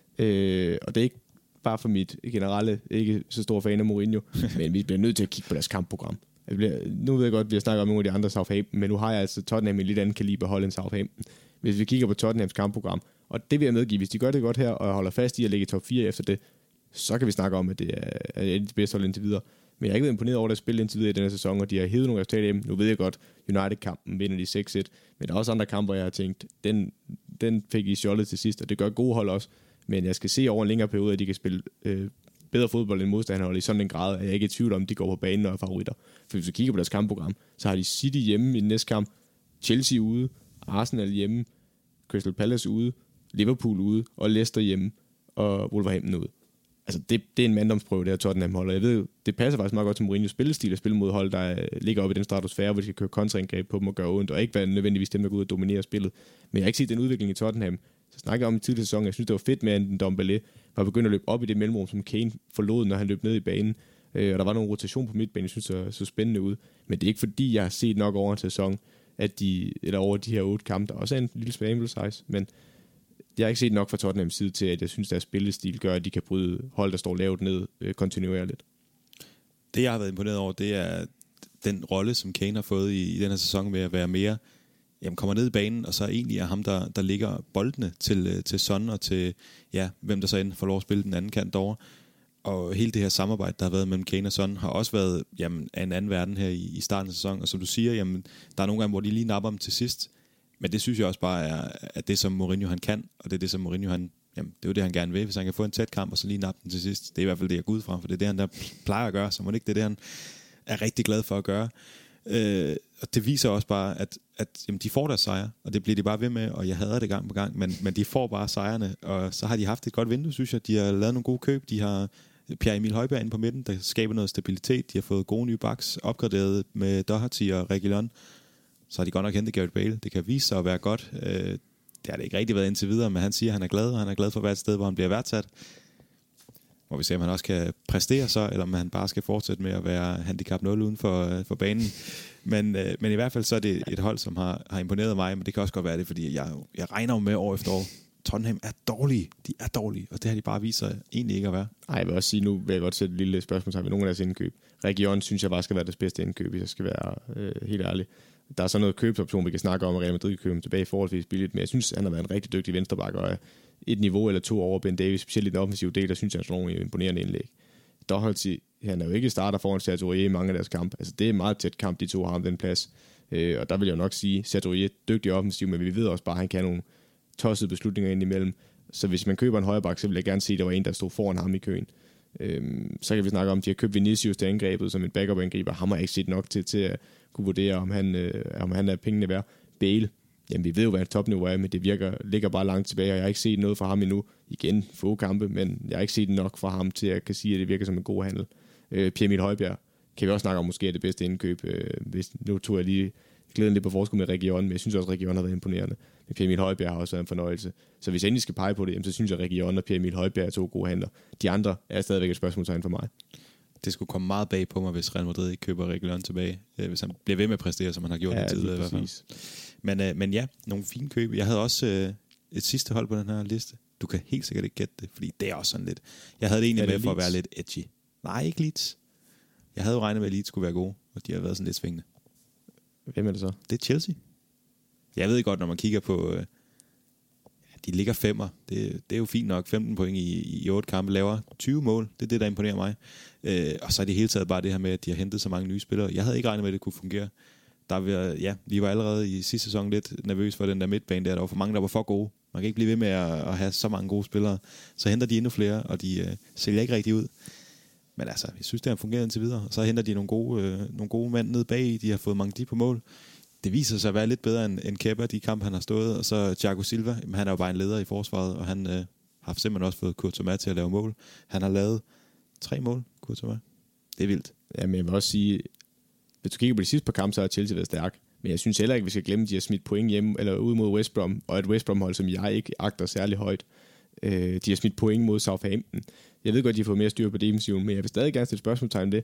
øh, og det er ikke bare for mit generelle, ikke så stor fan af Mourinho, men vi bliver nødt til at kigge på deres kampprogram. Jeg bliver, nu ved jeg godt, at vi har snakket om nogle af de andre Southampton, men nu har jeg altså Tottenham i lidt anden kaliber hold end Southampton. Hvis vi kigger på Tottenhams kampprogram, og det vil jeg medgive, hvis de gør det godt her, og holder fast i at ligge i top fire efter det, så kan vi snakke om, at det er et af de bedste hold indtil videre. Men jeg er ikke været imponeret over deres spil indtil videre i denne sæson, og de har hævet nogle resultater hjem. Nu ved jeg godt, United-kampen vinder de seks et, men der er også andre kamper, jeg har tænkt, den, den fik I stjålet til sidst, og det gør gode hold også. Men jeg skal se over en længere periode, at de kan spille øh, bedre fodbold end modstanderhold i sådan en grad, at jeg ikke er i tvivl om, at de går på banen og er favoritter. For hvis vi kigger på deres kampprogram, så har de City hjemme i den næste kamp, Chelsea ude, Arsenal hjemme, Crystal Palace ude, Liverpool ude, og Leicester hjemme, og Wolverhampton ude. Altså, det, det er en manddomsprøve, det her Tottenham hold. Jeg ved, det passer faktisk meget godt til Mourinho's spillestil at spille mod hold, der ligger oppe i den stratosfære, hvor de skal køre kontraangreb på dem og gøre ondt, og ikke være nødvendigvis dem, der går ud og dominerer spillet. Men jeg har ikke set den udvikling i Tottenham. Så snakker jeg om i tidligere sæson, jeg synes, det var fedt med, at Ndombele var begyndt at løbe op i det mellemrum, som Kane forlod, når han løb ned i banen. Og der var nogle rotation på midtbanen, jeg synes, det så spændende ud. Men det er ikke fordi, jeg har set nok over en sæson, at de, eller over de her otte kampe, der også er en lille sample size, men jeg har ikke set nok fra Tottenhams side til, at jeg synes, deres spillestil gør, at de kan bryde hold, der står lavt ned øh, kontinuerligt. Det, jeg har været imponeret over, det er den rolle, som Kane har fået i, i den her sæson, ved at være mere, jamen kommer ned i banen, og så egentlig er ham, der, der ligger boldene til, til Son og til, ja, hvem der så end får lov at spille den anden kant derovre. Og hele det her samarbejde, der har været mellem Kane og Son, har også været jamen, af en anden verden her i, i starten af sæsonen. Og som du siger, jamen, der er nogle gange, hvor de lige napper dem til sidst. men det synes jeg også bare er, at det, som Mourinho han kan, og det er det, som Mourinho han, jamen, det er jo det, han gerne vil. Hvis han kan få en tæt kamp, og så lige nappe den til sidst. Det er i hvert fald det, jeg går ud fra, for det er det, han der plejer at gøre, så må det ikke det er det, han er rigtig glad for at gøre. Øh, og det viser også bare, at, at jamen, de får deres sejre, og det bliver de bare ved med, og jeg hader det gang på gang, men, men de får bare sejrene, og så har de haft et godt vindue, synes jeg. De har lavet nogle gode køb, de har Pierre-Emil Højbjerg inde på midten, der skaber noget stabilitet, de har fået gode nye backs, opgraderet med Doherty og Reguilon, så har de godt nok hentet Gareth Bale. Det kan vise sig at være godt. Øh, det har det ikke rigtig været indtil videre, men han siger, at han er glad, og han er glad for hvert sted, hvor han bliver værdsat. Må vi se, om han også kan præstere så, eller om han bare skal fortsætte med at være handicap nul uden for, for banen. Men, øh, men i hvert fald så er det et hold, som har, har imponeret mig, men det kan også godt være det, fordi jeg, jeg regner jo med år efter år. Tottenham er dårlige. De er dårlige, og det har de bare vist sig egentlig ikke at være. Ej, jeg vil også sige, nu vil jeg godt sætte et lille spørgsmål ved nogle af deres indkøb. Region synes jeg bare skal være deres bedste indkøb, hvis jeg skal være øh, helt ærlig. Der er så noget købsoption, vi kan snakke om, at Real Madrid køber tilbage forholdsvis billigt, men jeg synes, han har været en rigtig dygtig venstreback, og et niveau eller to over Ben Davies, specielt i den offensive del, der synes jeg, han har nogle imponerende indlæg. Doherty, han er jo ikke starter foran Sergio Aurier i mange af deres kampe. Altså, det er en meget tæt kamp, de to har om den plads. Øh, og der vil jeg nok sige, Sergio Aurier er dygtig offensiv, men vi ved også bare, at han kan nogle tossede beslutninger ind imellem. Så hvis man køber en højreback, så vil jeg gerne se, at der var en, der stod foran ham i køen. Øhm, så kan vi snakke om, at de har købt Vinicius til angrebet som en backup-angriber. Ham har jeg ikke set nok til, til at kunne vurdere, om han, øh, om han er pengene værd. Bale, jamen vi ved jo, hvad topniveau er, men det virker, ligger bare langt tilbage, og jeg har ikke set noget fra ham endnu. Igen, få kampe, men jeg har ikke set nok fra ham til, at jeg kan sige, at det virker som en god handel. Øh, Pierre-Emil Højbjerg kan vi også snakke om, måske er det bedste indkøb. Øh, hvis, nu tog jeg lige glæden lidt på forskud med Region, men jeg synes også, at Region har været imponerende. Men Pierre-Emil Højbjerg har også været en fornøjelse. Så hvis jeg endelig skal pege på det, jamen, så synes jeg, at Region og Pierre-Emil Højbjerg er to gode handler. De andre er stadigvæk et spørgsmålstegn for mig. Det skulle komme meget bag på mig, hvis Real Madrid ikke køber Reguilon tilbage. Hvis han bliver ved med at præstere, som han har gjort ja, i tid. I hvert fald. Men, øh, men ja, nogle fine køb. Jeg havde også øh, et sidste hold på den her liste. Du kan helt sikkert ikke gætte det, fordi det er også sådan lidt... Jeg havde det egentlig det med for at være lidt edgy. Nej, ikke Leeds. Jeg havde jo regnet med, at Leeds skulle være gode, og de har været sådan lidt svingende. Hvem er det så? Det er Chelsea. Jeg ved godt, når man kigger på... Øh, de ligger femmer. Det, det er jo fint nok. femten point i, i otte kampe, laver tyve mål. Det er det, der imponerer mig. Øh, og så er det hele taget bare det her med, at de har hentet så mange nye spillere. Jeg havde ikke regnet med, at det kunne fungere. Der var, ja, vi var allerede i sidste sæson lidt nervøs for den der midtbane der. Der var for mange, der var for gode. Man kan ikke blive ved med at, at have så mange gode spillere. Så henter de endnu flere, og de øh, sælger ikke rigtig ud. Men altså, jeg synes, det har fungeret indtil videre. Og så henter de nogle gode, øh, nogle gode mænd ned bag. De har fået mange de på mål. Det viser sig at være lidt bedre end, end Kepa, de kampe, han har stået. Og så Thiago Silva, jamen, han er jo bare en leder i forsvaret, og han øh, har simpelthen også fået Courtois til at lave mål. Han har lavet tre mål, Courtois. Det er vildt. Jamen, jeg vil også sige, hvis du kigger på de sidste par kampe, så har Chelsea været stærk. Men jeg synes heller ikke, vi skal glemme, at de har smidt point hjem, eller ud mod West Brom, og et West Brom-hold, som jeg ikke agter særlig højt. Øh, de har smidt point mod Southampton. Jeg ved godt, de har fået mere styr på defensiven, men jeg vil stadig gerne stille spørgsmålstegn om det.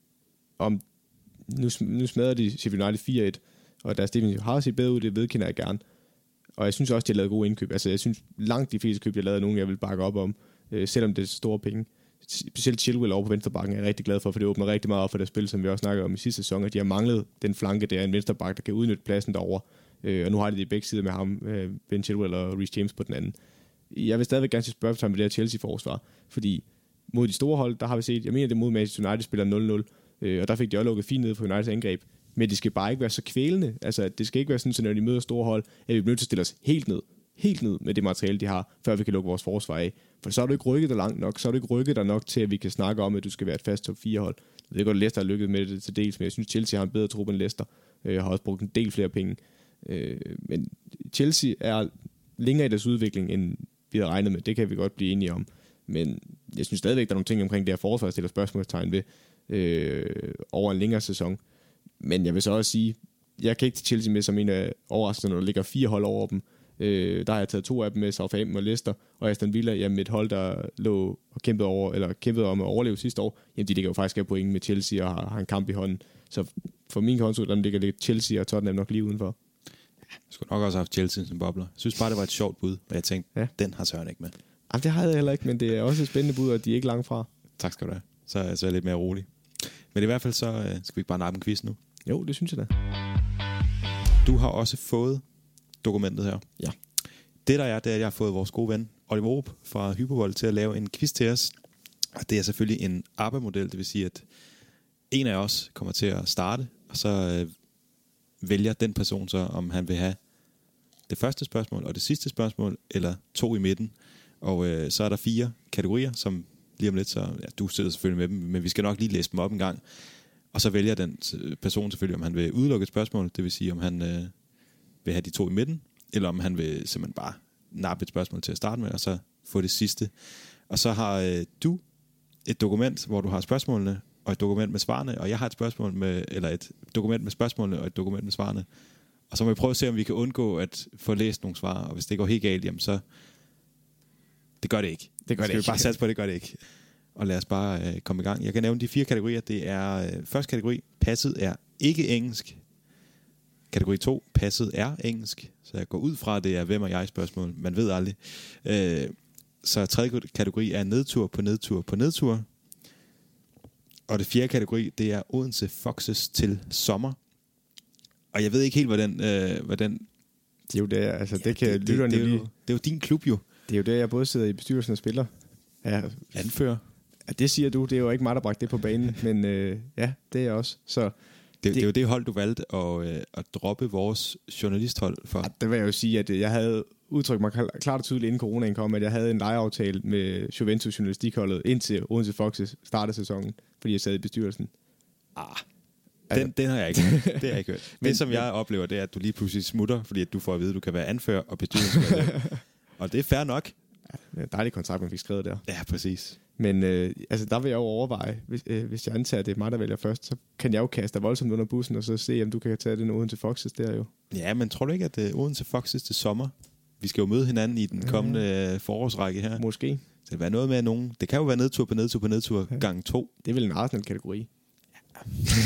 Om, nu, nu smadrer de Sheffield United fire et, og deres defensiv har set bedre ud, det vedkender jeg gerne. Og jeg synes også, de har lavet gode indkøb. Altså, jeg synes langt de fleste køb, de har lavet, er nogen, jeg vil bakke op om, øh, selvom det er store penge. Specielt Chilwell over på venstrebakken er jeg rigtig glad for, for det åbner rigtig meget op for det spil, som vi også snakkede om i sidste sæson, at de har manglet den flanke, der er en venstreback, der kan udnytte pladsen derovre. Øh, og nu har de det i begge sider med ham, øh, Ben Chilwell og Reece James på den anden. Jeg vil stadigvæk gerne spørge på med det her Chelsea-forsvar, fordi mod de store hold, der har vi set, jeg mener det mod Manchester United spiller nul nul, øh, og der fik de også lukket fint ned på Uniteds angreb, men det skal bare ikke være så kvælende, altså det skal ikke være sådan, så når de møder store hold, at vi bliver nødt til at stille os helt ned, helt ned med det materiale, de har, før vi kan lukke vores forsvar af. For så er du ikke rykket der langt nok, så er du ikke rykket der nok til, at vi kan snakke om, at du skal være et fast top fire hold. Jeg ved godt, at Leicester har lykket med det til dels, men jeg synes, Chelsea har en bedre trup end Leicester, øh, har også brugt en del flere penge. Øh, men Chelsea er længere i deres udvikling, end vi havde regnet med. Det kan vi godt blive enige om. Men jeg synes stadigvæk, der er nogle ting omkring det her forsvar, jeg stiller spørgsmålstegn ved øh, over en længere sæson. Men jeg vil så også sige, jeg kan ikke til Chelsea med som en af overraskelserne, når der ligger fire hold over dem. Øh, der har jeg taget to af dem med Southampton og Leicester, og Aston Villa, jamen et hold, der lå og kæmpede, over, eller kæmpede om at overleve sidste år, jamen de ligger jo faktisk af point med Chelsea og har, har en kamp i hånden. Så for min konto, der ligger lidt Chelsea og Tottenham nok lige udenfor. Jeg skulle nok også have haft Chelsea som bobler. Jeg synes bare, det var et sjovt bud, og jeg tænkte, ja. Den har Søren ikke med. Jamen, det har jeg heller ikke, men det er også et spændende bud, og de er ikke langt fra. Tak skal du have. Så, så er jeg lidt mere rolig. Men i hvert fald så øh, skal vi ikke bare nappe en quiz nu. Jo, det synes jeg da. Du har også fået dokumentet her. Ja. Det der er, det er, at jeg har fået vores gode ven, Oliver Aarup fra Hypervold, til at lave en quiz til os. Og det er selvfølgelig en A B B A-model, det vil sige, at en af os kommer til at starte, og så øh, vælger den person så, om han vil have det første spørgsmål og det sidste spørgsmål, eller to i midten. Og øh, så er der fire kategorier, som lige om lidt, så ja, du sidder selvfølgelig med dem, men vi skal nok lige læse dem op en gang. Og så vælger den person selvfølgelig, om han vil udelukke et spørgsmål, det vil sige, om han øh, vil have de to i midten, eller om han vil simpelthen bare nappe et spørgsmål til at starte med, og så få det sidste. Og så har øh, du et dokument, hvor du har spørgsmålene, og et dokument med svarene, og jeg har et spørgsmål med, eller et dokument med spørgsmålene, og et dokument med svarene. Og så må vi prøve at se, om vi kan undgå at få læst nogle svar, og hvis det går helt galt, jamen så, det gør det ikke. Det gør det Skal ikke. vi bare satse på, at det gør det ikke. Og lad os bare øh, komme i gang. Jeg kan nævne de fire kategorier. Det er øh, første kategori, passet er ikke engelsk. Kategori to, passet er engelsk. Så jeg går ud fra, at det er hvem er jeg spørgsmål. Man ved aldrig. Øh, så tredje kategori er nedtur på nedtur på nedtur. Og det fjerde kategori, det er Odense Foxes til sommer. Og jeg ved ikke helt, hvad den... Øh, hvad den Det er jo det, altså ja, det kan det, lytterne det, det, lige... det er jo din klub jo. Det er jo det, jeg både sidder i bestyrelsen og spiller. Ja, anfører. Ja, det siger du. Det er jo ikke mig, der bragte det på banen, men øh, ja, det er jeg også. Så det, det, det er jo det hold, du valgte at, øh, at droppe vores journalisthold for. Ja, det vil jeg jo sige, at jeg havde udtrykt mig klart og tydeligt inden coronaen kom, at jeg havde en lejeaftale med Juventus journalistikholdet indtil Odense Foxes startede sæsonen, fordi jeg sad i bestyrelsen. Ah, den, altså. den har jeg ikke hørt. Det har jeg ikke hørt. Men, det, som jeg oplever, det er, at du lige pludselig smutter, fordi at du får at vide, at du kan være anfører og bestyrelsesmedlem. Og det er fair nok. Ja, det er en dejlig kontrakt, man fik skrevet der. Ja, præcis. Men øh, altså, der vil jeg jo overveje, hvis, øh, hvis jeg antager, at det er mig, der vælger først, så kan jeg jo kaste dig voldsomt under bussen, og så se, om du kan tage den Odense Foxes der jo. Ja, men tror du ikke, at uh, Odense Foxes til sommer, vi skal jo møde hinanden i den kommende uh, forårsrække her. Måske. Så det vil være noget med nogen. Det kan jo være nedtur på nedtur på nedtur ja. gang to. Det er vel en Arsenal-kategori. Ja.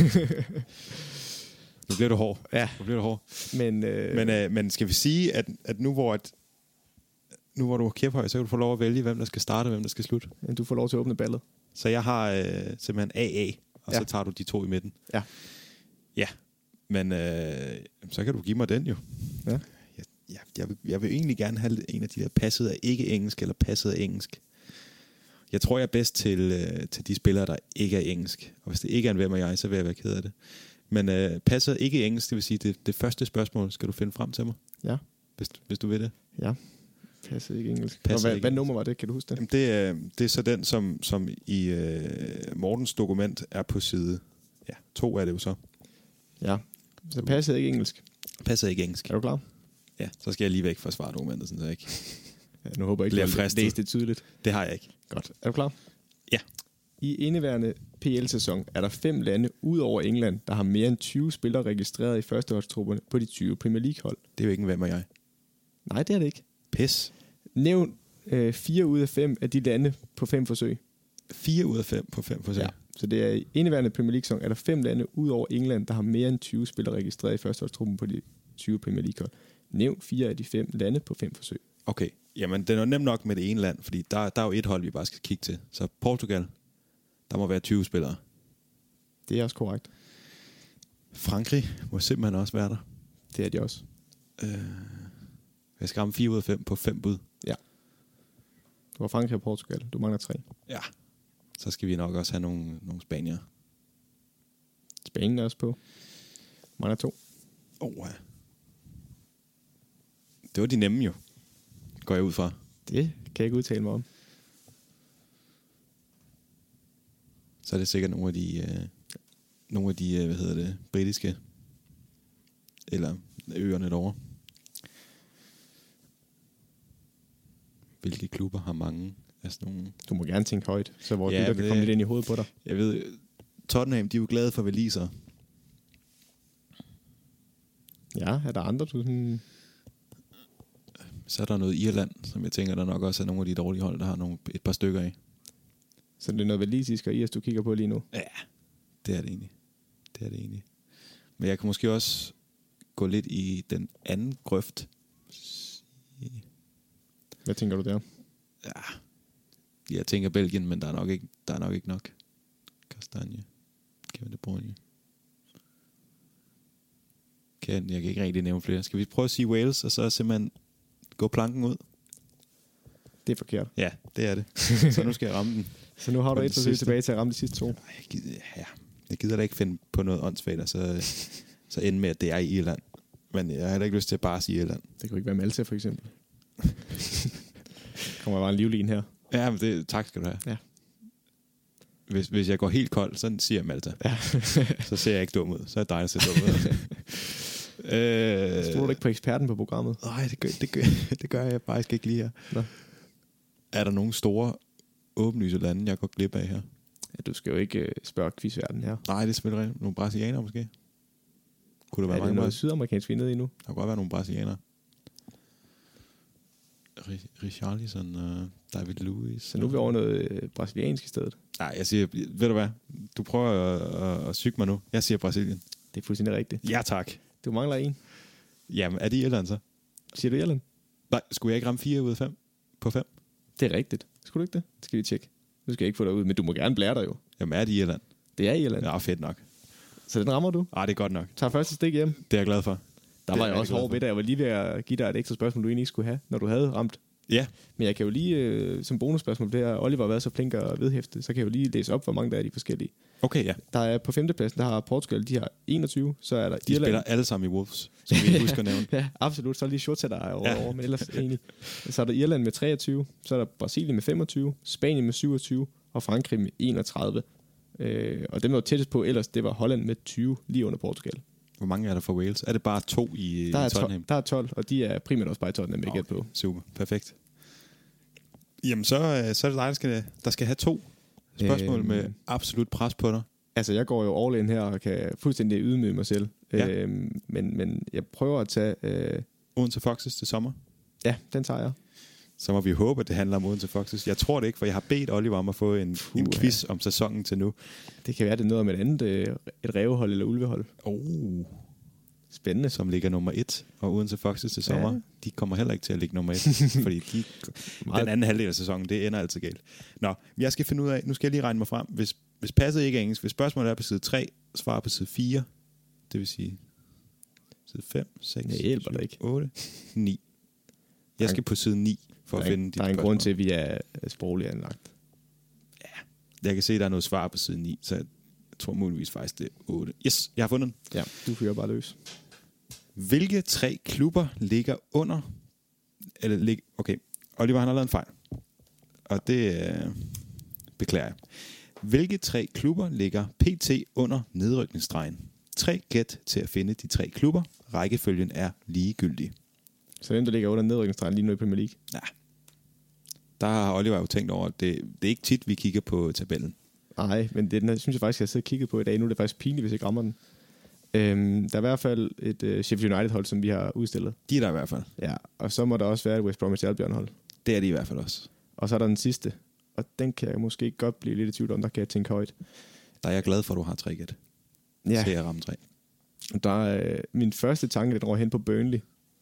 Nu bliver du hård. Ja. Nu bliver du hård. Men, øh... men, øh, men skal vi sige, at, at nu hvor at nu hvor du er kæphøj, så kan du få lov at vælge, hvem der skal starte og hvem der skal slutte. Ja, du får lov til at åbne ballet. Så jeg har øh, simpelthen A A, og ja. så tager du de to i midten. Ja. Ja, men øh, så kan du give mig den jo. Ja. Jeg, jeg, jeg, vil, jeg vil egentlig gerne have en af de der passet af ikke engelsk, eller passet af engelsk. Jeg tror, jeg er bedst til, øh, til de spillere, der ikke er engelsk. Og hvis det ikke er en hvem er jeg, så vil jeg være ked af det. Men øh, passet ikke engelsk, det vil sige, det, det første spørgsmål skal du finde frem til mig. Ja. Hvis, hvis du vil det. Ja. Passet ikke engelsk. Passet hvad, ikke hvad engelsk. nummer var det? Kan du huske det? Jamen det, er, det er så den, som, som i øh, Mortens dokument er på side. Ja, to er det jo så. Ja, så passet ikke engelsk. Passet ikke engelsk. Er du klar? Ja, så skal jeg lige væk fra svardokumentet, sådan så jeg ikke... Ja, nu håber jeg ikke, du har læst det tydeligt. Det har jeg ikke. Godt. Er du klar? Ja. I indeværende P L-sæson er der fem lande ud over England, der har mere end tyve spillere registreret i førsteholdstrupperne på de tyve Premier League-hold. Det er jo ikke en hvem er jeg. Nej, det er det ikke. Pis. Nævn øh, fire ud af fem af de lande på fem forsøg. Fire ud af fem på fem forsøg? Ja. Så det er i indeværende Premier League-sæson er der fem lande ud over England, der har mere end tyve spillere registreret i førsteholdstruppen på de tyve Premier League-hold. Nævn fire af de fem lande på fem forsøg. Okay. Jamen, det er jo nemt nok med det ene land, fordi der, der er jo et hold, vi bare skal kigge til. Så Portugal, der må være tyve spillere. Det er også korrekt. Frankrig må simpelthen også være der. Det er de også. Øh, jeg skal ramme fire ud af fem på fem bud. Ja. Du har Frankrig og Portugal. Du mangler tre. Ja. Så skal vi nok også have nogle, nogle spanier. Spanien er også på. Mangler to. Åh, oh, ja. Det var de nemme jo. Går jeg ud fra. Det kan jeg ikke udtale mig om. Så er det sikkert nogle af de, øh, nogle af de, øh, hvad hedder det, britiske, eller øerne derovre. Hvilke klubber har mange af sådan nogle? Du må gerne tænke højt, så vores Ja, lytter kan det- komme lidt ind i hovedet på dig. Jeg ved, Tottenham, de er jo glade for valiser. Ja, er der andre, du sådan... Så er der noget Irland, som jeg tænker, der nok også er nogle af de dårlige hold, der har nogle, et par stykker af. Så det er noget valisisk og I S, du kigger på lige nu? Ja, det er det egentlig. Det er det egentlig. Men jeg kan måske også gå lidt i den anden grøft. Hvad tænker du der? Ja, jeg tænker Belgien, men der er nok ikke, der er nok, ikke nok. Kastanje. Kevin De Bruyne. Kan, jeg kan ikke rigtig nævne flere. Skal vi prøve at sige Wales, og så simpelthen gå planken ud? Det er forkert. Ja, det er det. Så nu skal jeg ramme den. Så nu har På du den et forsøg sidste. tilbage til at ramme de sidste to. Ej, jeg gider, ja, jeg gider da ikke finde på noget åndssvagt, og så, så ende med, at det er i Irland. Men jeg har heller ikke lyst til at bare sige Irland. Det kan jo ikke være Malta, for eksempel. Kommer bare en livlin her. Ja, men det, tak skal du have. Ja. Hvis, hvis jeg går helt kold, så siger jeg Malta. Ja. Så ser jeg ikke dum ud. Så er det dig, der ser dum ud. øh, Stoler du ikke på eksperten på programmet? Nej, det gør, det, gør, det gør jeg faktisk ikke lige her. Nå. Er der nogle store åbenlyse lande, jeg går glip af her? Ja, du skal jo ikke øh, spørge quizverden her. Nej, det er selvfølgelig rigtigt. Nogle brasilianere måske? Kunne der være Er det mange noget noget? sydamerikansk, vi er nede i nu? Der kunne godt være nogle brasilianere. Richarlison og David Luiz. Så nu er vi over noget øh, brasiliansk i stedet. Nej, jeg siger, ved du hvad? Du prøver at, at, at syge mig nu. Jeg siger Brasilien. Det er fuldstændig rigtigt. Ja, tak. Du mangler en. Jamen, er det Irland så? Siger du Irland? Nej, skulle jeg ikke ramme fire ud af fem på fem? Det er rigtigt. Skulle du ikke det? Det skal vi tjekke. Nu skal jeg ikke få dig ud, men du må gerne blære dig jo. Jamen, er det Irland? Det er Irland. Ja, fedt nok. Så den rammer du. Ah, det er godt nok. Tager første stik hjem. Det er jeg glad for. Der Det var er jeg jeg også glad hård for. ved dig. Jeg var lige ved at give dig et ekstra spørgsmål, du egentlig ikke skulle have, når du havde ramt. Ja. Men jeg kan jo lige, øh, som bonusspørgsmål, det er, Oliver har været så flink at vedhæfte, så kan jeg jo lige læse op, hvor mange der er de forskellige. Okay, ja. Der er på femtepladsen, der har Portugal, de har enogtyve, så er der De Irland. spiller alle sammen i Wolves, som vi husker at nævne. Ja, absolut. Så er lige shortsætter over, Ja. over, men ellers enig. Så er der Irland med treogtyve, så er der Brasilien med femogtyve, Spanien med syvogtyve og Frankrig med enogtredive. Øh, og dem, der var tættest på ellers, det var Holland med tyve, lige under Portugal. Hvor mange er der for Wales? Er det bare to i, Der i er, Tottenham? tolv, der er tolv, og de er primært også bare i Tottenham, ikke Okay, på. super. Perfekt. Jamen, så, øh, så er det dig, der skal, der skal have to spørgsmål Øhm. med absolut pres på dig. Altså, jeg går jo all in her og kan fuldstændig ydmyge mig selv. Ja. Øhm, men, men jeg prøver at tage... Øh, Odense Foxes til sommer. ja, den tager jeg. Så må vi håbe, at det handler om Odense Foxes. Jeg tror det ikke, for jeg har bedt Oliver om at få en, en Puha. quiz om sæsonen til nu. Det kan være, det er noget om et andet, øh, et rævehold eller ulvehold. Oh. Spændende. Som ligger nummer et, og Odense Foxes til sommer, Ja. de kommer heller ikke til at ligge nummer et, fordi de, den anden halvdel af sæsonen, det ender altid galt. Nå, jeg skal finde ud af, nu skal jeg lige regne mig frem, hvis, hvis passet ikke er engelsk, hvis spørgsmålet er på side tre, svar på side fire, det vil sige side fem, seks, Jeg hjælper syv, dig ikke. otte, ni. Jeg skal på side ni for Der at er, finde en, de der er en spørgsmål. grund til, at vi er sprogligt anlagt. Jeg kan se, at der er noget svar på side ni, så jeg tror muligvis faktisk, det er otte. Yes, jeg har fundet den. Ja, du fyrer bare løs. Hvilke tre klubber ligger under... Eller lig, okay, Oliver han har lavet en fejl. Og det øh, beklager jeg. Hvilke tre klubber ligger P T under nedrykningsstregen? Tre gæt til at finde de tre klubber. Rækkefølgen er ligegyldig. Så hvem der ligger under nedrykningsstregen lige nu i Premier League? Ja. Der har Oliver jo tænkt over, at det, det er ikke tit, vi kigger på tabellen. Nej, men det den, synes jeg faktisk, jeg har siddet og kigget på i dag. Nu er det faktisk pinligt, hvis jeg ikke rammer den. Øhm, der er i hvert fald et uh, Sheffield United-hold, som vi har udstillet. De er der i hvert fald. Ja, og så må der også være et West Bromwich Albion-hold. Det er de i hvert fald også. Og så er der den sidste, og den kan jeg måske godt blive lidt i tvivl om, der kan jeg tænke højt. Der er jeg glad for, at du har tre gæt. Ja. Skal jeg ramme tre? Der er øh, min første tanke, den går hen på Burnley.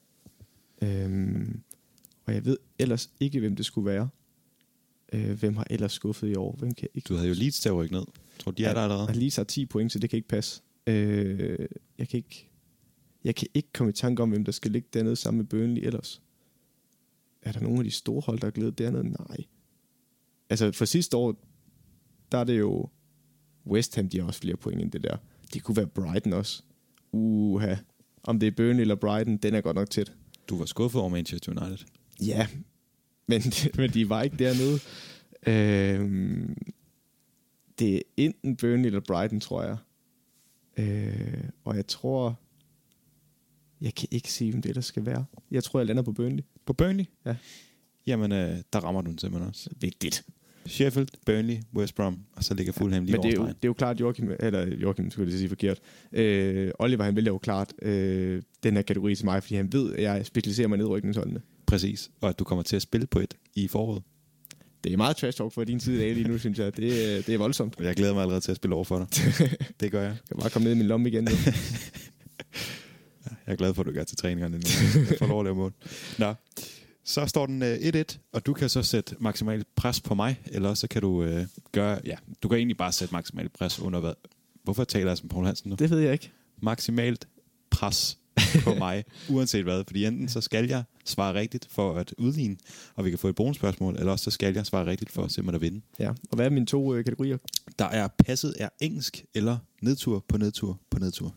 Øhm, og jeg ved ellers ikke, hvem det skulle være. Øh, hvem har ellers skuffet i år? Hvem kan ikke? Du havde jo Leeds til at rykke ned. Tror de er der allerede? Og Leeds har ti point, så det kan ikke passe. Øh, jeg kan ikke jeg kan ikke komme i tanke om, hvem der skal ligge dernede sammen med Burnley ellers. Er der nogen af de store hold, der er glædet dernede? Nej. Altså for sidste år, der er det jo West Ham, de har også flere point end det der. Det kunne være Brighton også. Uha. Om det er Burnley eller Brighton, den er godt nok tæt. Du var skuffet over Manchester United. Ja, men, men de var ikke dernede. Øhm, det er enten Burnley eller Brighton, tror jeg. Øh, og jeg tror... Jeg kan ikke sige, hvem det der skal være. Jeg tror, jeg lander på Burnley. På Burnley? Ja. Jamen, øh, der rammer du den simpelthen også. Vigtigt. Sheffield, Burnley, West Brom, og så ligger Fulham lige Men det er, jo, over det er jo klart, Joachim, eller Joachim, skulle jeg sige forkert. Øh, Oliver, han vælger jo klart øh, den her kategori til mig, fordi han ved, at jeg specialiserer mig i nedrykningsholdene. Præcis, og at du kommer til at spille på et i foråret. Det er meget trash talk for din side af lige nu, synes jeg. Det, det er voldsomt. Jeg glæder mig allerede til at spille over for dig. Det gør jeg. Jeg kan bare komme ned i min lomme igen nu. Jeg er glad for, at du gør til træningerne nu. Jeg får lov at lave mål. Nå, så står den øh, et et, og du kan så sætte maksimalt pres på mig, eller så kan du øh, gøre, ja, du kan egentlig bare sætte maksimalt pres under hvad? Hvorfor taler jeg som Poul Hansen nu? Det ved jeg ikke. Maksimalt pres på mig, uanset hvad, fordi enten så skal jeg svare rigtigt for at udligne, og vi kan få et bonusspørgsmål, eller også så skal jeg svare rigtigt for at simpelthen at vinde. Ja, og hvad er mine to øh, kategorier? Der er passet er engelsk, eller nedtur på nedtur på nedtur.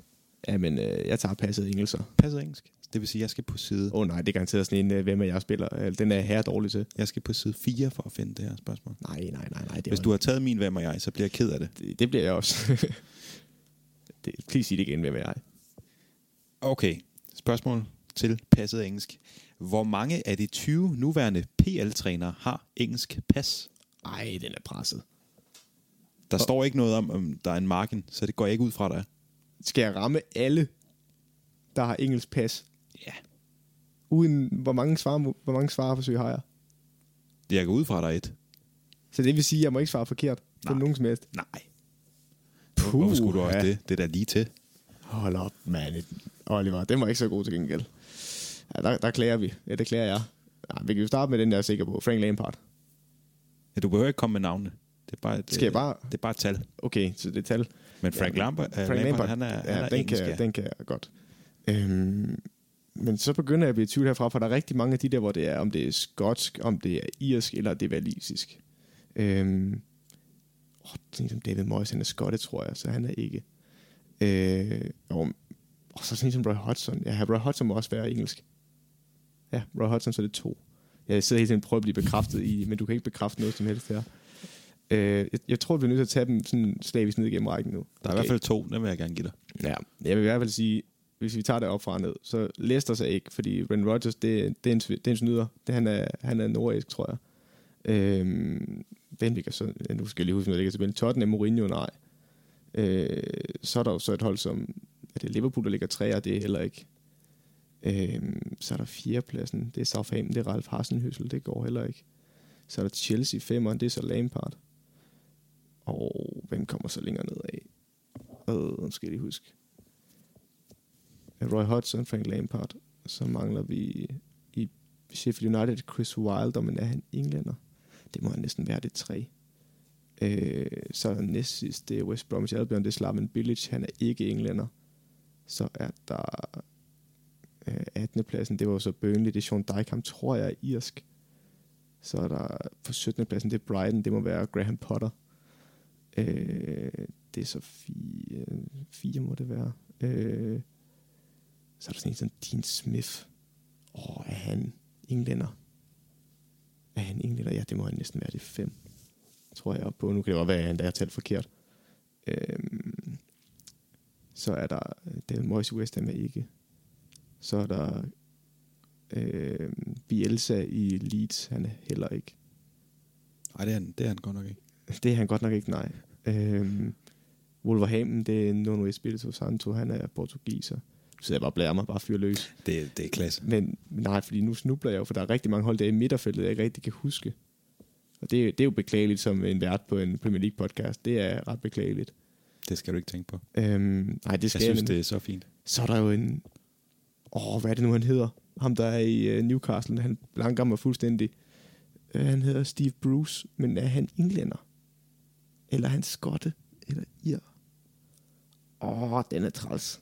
Ja, men øh, jeg tager passet engelsk. Passet engelsk. Det vil sige, at jeg skal på side... Åh oh, nej, det er garanteret sådan en, øh, hvem er jeg spiller. Den er her dårlig til. Jeg skal på side fire for at finde det her spørgsmål. Nej, nej, nej. nej det Hvis du har taget min, hvem er jeg, så bliver jeg ked af det. Det, det bliver jeg også. det, please sig det igen, hvem er jeg. Okay, spørgsmål til passet engelsk. Hvor mange af de tyve nuværende P L-trænere har engelsk pas? Ej, den er presset. Der Og står ikke noget om, om der er en margin, så det går jeg ikke ud fra dig. Skal jeg ramme alle, der har engelsk pas? Ja. Uden, hvor mange, svar, hvor mange svareforsøg har jeg? Det jeg går ud fra dig et. Så det vil sige, at jeg må ikke svare forkert på nogen som helst? Nej. Puh, Hvorfor skulle du også ja. det? Det er da lige til. Hold op, mand. Oliver, den var ikke så god til gengæld. Ja, der, der klager vi. Ja, det klager jeg. Ja, vi kan jo starte med den, der er sikker på. Frank Lampard. Ja, du behøver ikke komme med navnene. Det er bare et, Skal jeg bare... det er bare et tal. Okay, så det er tal. Men Frank, ja, Lampard, uh, Frank Lampard, Lampard, han er, ja, han er den, engelsk, kan, ja. den kan jeg godt. Øhm, men så begynder jeg at blive i tvivl herfra, for der er rigtig mange af de der, hvor det er, om det er skotsk, om det er irsk, eller det er walisisk. Øhm, åh, sådan en som David Moyes, han er skotte, tror jeg, så han er ikke. Øh, og, og så sådan en som Roy Hodgson. Ja, Roy Hodgson må også være engelsk. Ja, Roy Hodgson, så er det to. Jeg sidder hele tiden og prøver at blive bekræftet i, men du kan ikke bekræfte noget som helst her. Øh, jeg, jeg tror, vi er nødt til at tage dem sådan slavisk ned igennem rækken nu. Der er okay. i hvert fald to, dem vil jeg gerne give dig. Ja, jeg vil i hvert fald sige, hvis vi tager det op fra og ned, så Leicester sig ikke, fordi Brendan Rodgers, det, det, er, en, det er en snyder. Det, han, er, han er nordisk, tror jeg. Øhm, hvem ligger så? Nu skal jeg lige huske, når det ligger tilbage. Tottenham, Mourinho, nej. Øh, så er der jo så et hold som, er det Liverpool, der ligger tre, og det er heller ikke. Øhm, så er der fjerdepladsen, det er Southampton, det er Ralf Hasenhüttl, det går heller ikke. Så er der Chelsea femeren, det er så Lampard. Og hvem kommer så længere ned af? Øh, nu skal jeg lige huske. Roy Hodgson, Frank Lampard. Så mangler vi i Sheffield United Chris Wilder, men er han englænder? Det må han næsten være, det er tre. Øh, så er der næst sidst, det er West Bromwich Albion, det er Slaven Bilic, han er ikke englænder. Så er der øh, attende pladsen, det var jo så Burnley, det er Sean Dyche, ham tror jeg er irsk. Så er der på syttende pladsen, det er Brighton, det må være Graham Potter. Øh, det er så fire, fire må det være. Øh, så er der sådan en som Dean Smith. Åh, er han englænder? Er han englænder? Ja, det må han næsten være, det er fem. Tror jeg op på. Nu kan det godt være, at han der har talt forkert. Øh, så er der David Moyes i West Ham er ikke. Så er der øh, Bielsa i Leeds, han er heller ikke. Nej, det er han, det er han godt nok ikke. Det er han godt nok ikke, nej. Øhm, Wolverhampton, det er Nuno Espirito Santo, han er portugiser. Så sidder jeg bare og blærer mig, bare fyre løs. Det, det er klasse. Men nej, fordi nu snubler jeg jo, for der er rigtig mange hold der i midterfeltet, jeg ikke rigtig kan huske. Og det, det er jo beklageligt som en vært på en Premier League podcast. Det er ret beklageligt. Det skal du ikke tænke på. Øhm, nej, det skal jeg. synes, jeg, det er så fint. Så er der jo en... Åh, hvad er det nu, han hedder? Ham, der er i uh, Newcastle, han blanker mig fuldstændig. Uh, han hedder Steve Bruce, men er han englænder? Eller er han skotte? Eller ir? Åh, den er træls.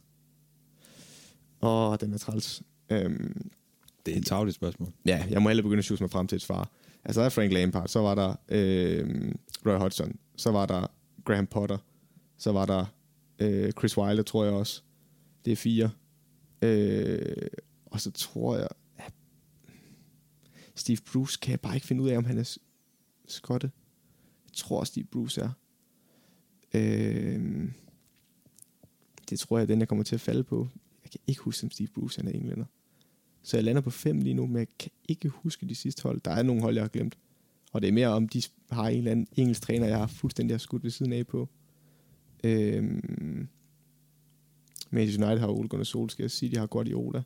Åh, den er træls. Øhm, det er et tarveligt spørgsmål. Ja, jeg må hellere begynde at sjuse mig frem til et svar. Altså, der er Frank Lampard, så var der øh, Roy Hodgson, så var der Graham Potter, så var der øh, Chris Wilder, tror jeg også. Det er fire. Øh, og så tror jeg... Ja, Steve Bruce kan jeg bare ikke finde ud af, om han er skotte. Jeg tror, Steve Bruce er. Øh, det tror jeg, den jeg kommer til at falde på. Jeg kan ikke huske, om Steve Bruce han er englænder. Så jeg lander på fem lige nu, men jeg kan ikke huske de sidste hold. Der er nogle hold, jeg har glemt. Og det er mere om, de har en eller anden engelsk træner, jeg har fuldstændig skudt ved siden af på. Øhm, Manchester United har Ole Gunnar Solskjaer, City har Guardiola.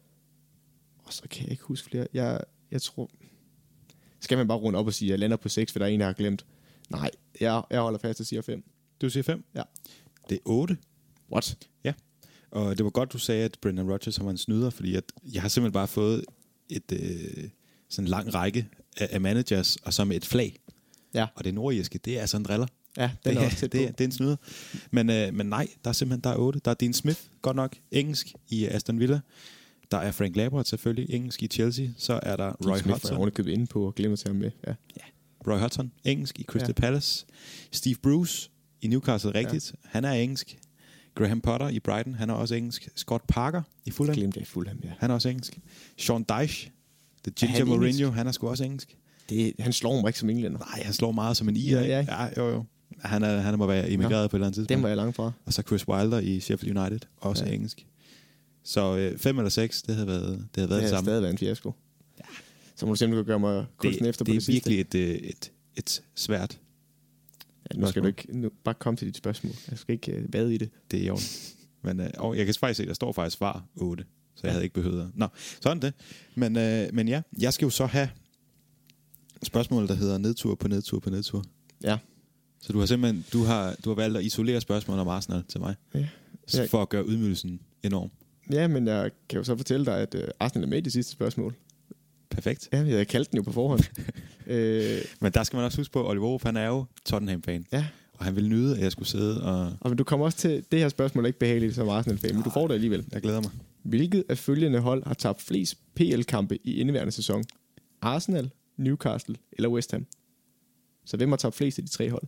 Og så kan jeg ikke huske flere. Jeg, jeg tror... Skal man bare runde op og sige, at jeg lander på seks, for der er en, jeg har glemt? Nej, jeg, jeg holder fast og siger fem. Du siger fem? Ja. Det er otte. What? Ja. Og det var godt, du sagde, at Brendan Rodgers var en snyder, fordi at jeg har simpelthen bare fået et øh, sådan en lang række af, af managers, og så med et flag. Ja. Og det nordirske, det er altså en driller. Ja, den det, er også tæt det, det er en snyder. Men, øh, men nej, der er simpelthen der er otte. Der er Dean Smith, godt nok, engelsk i Aston Villa. Der er Frank Lampard selvfølgelig, engelsk i Chelsea. Så er der Roy Smith Hodgson. Jeg har købet inde på og glemmer til ham med. Ja. Ja. Roy Hodgson, engelsk i Crystal ja. Palace. Steve Bruce i Newcastle, rigtigt. Ja. Han er engelsk. Graham Potter i Brighton, han er også engelsk. Scott Parker i Fulham. Glemt det i Fulham, ja. Han er også engelsk. Sean Dyche, The Ginger han Mourinho, engelsk? han er sgu også engelsk. Det, han slår mig ikke som englænder. Nej, han slår meget som en irer, Ja, ikke? ja. Ja, jo, jo. Han, er, han må være emigreret Nå, på et eller andet tidspunkt. Den var jeg langt fra. Og så Chris Wilder i Sheffield United, også ja. engelsk. Så øh, fem eller seks, det havde været det havde været det, det samme. stadig været en fiasko. Ja. Så må du simpelthen gøre mig kursen det, efter på det det sidste. Det er virkelig et, et, et svært. Ja, nu skal du ikke nu, bare komme til dit spørgsmål. Jeg skal ikke uh, vade i det. Det er i orden. Men øh, og jeg kan faktisk se, der står faktisk svar otte. Så jeg ja. havde ikke behøvet at... Nå, sådan det. Men, øh, men ja, jeg skal jo så have spørgsmål, der hedder nedtur på nedtur på nedtur. Ja. Så du har simpelthen du har, du har valgt at isolere spørgsmål om Arsenal til mig. Ja. Jeg... For at gøre ydmygelsen enorm. Ja, men jeg kan jo så fortælle dig, at uh, Arsenal er med i det sidste spørgsmål. Perfekt. Ja, jeg kaldte den jo på forhånd. øh... Men der skal man også huske på, at Oliver Aarup, han er jo Tottenham-fan. Ja. Og han vil nyde, at jeg skulle sidde og... Og men du kommer også til... Det her spørgsmål er ikke behageligt som Arsenal-fan, men du får det alligevel. Jeg glæder mig. Hvilket af følgende hold har tabt flest P L-kampe i indeværende sæson? Arsenal, Newcastle eller West Ham? Så hvem har tabt flest af de tre hold?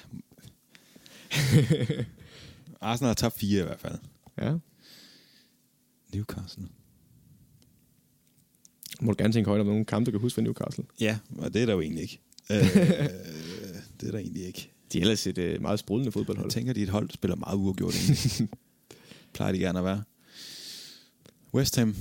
Arsenal har tabt fire i hvert fald. Ja. Newcastle. Må du gerne tænke højt om nogle kampe, du kan huske fra Newcastle? Ja, og det er der jo egentlig ikke. øh, det er der egentlig ikke. De er ellers et uh, meget sprudlende fodboldhold. Jeg tænker, at de et hold, der spiller meget uafgjort. Plejer de gerne at være. West Ham.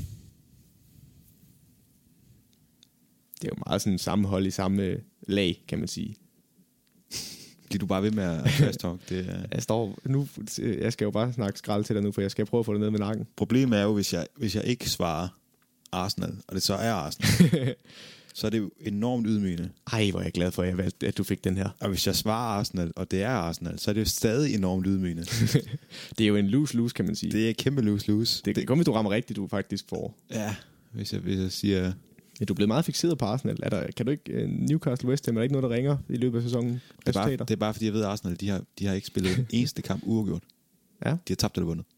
Det er jo meget sådan samme hold i samme lag, kan man sige. Bliver du bare ved med at trash talk? Det er... Jeg står nu, jeg skal jo bare snakke skrald til dig nu, for jeg skal prøve at få det ned med nakken. Problemet er jo, hvis jeg, hvis jeg ikke svarer Arsenal, og det så er Arsenal, så er det jo enormt ydmygende. Ej, hvor er jeg glad for, at, jeg valgte, at du fik den her. Og hvis jeg svarer Arsenal, og det er Arsenal, så er det jo stadig enormt ydmygende. Det er jo en lose-lose, kan man sige. Det er kæmpe lose-lose. Det kan kun, hvis du rammer rigtigt, du faktisk får. Ja, hvis jeg, hvis jeg siger... Ja, du er blevet meget fikseret på Arsenal. Er der, kan du ikke... Uh, Newcastle West Ham, er der ikke noget, der ringer i løbet af sæsonen? Det er, bare, det er bare, fordi jeg ved, at Arsenal, de har, de har ikke spillet en eneste kamp uafgjort. Ja. De har tabt eller vundet.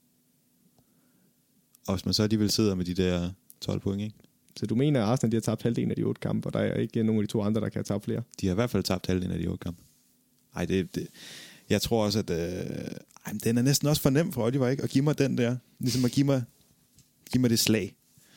Og hvis man så alligevel sidder med de der tolv point, ikke? Så du mener, at Arsenal de har tabt halvdelen af de otte kampe, og der er ikke nogen af de to andre, der kan have tabt flere? De har i hvert fald tabt halvdelen af de otte kampe. Ej, det, det... Jeg tror også, at... Øh... Ej, den er næsten også for nem for Oliver, ikke? At give mig den der. Ligesom at give mig, give mig det slag.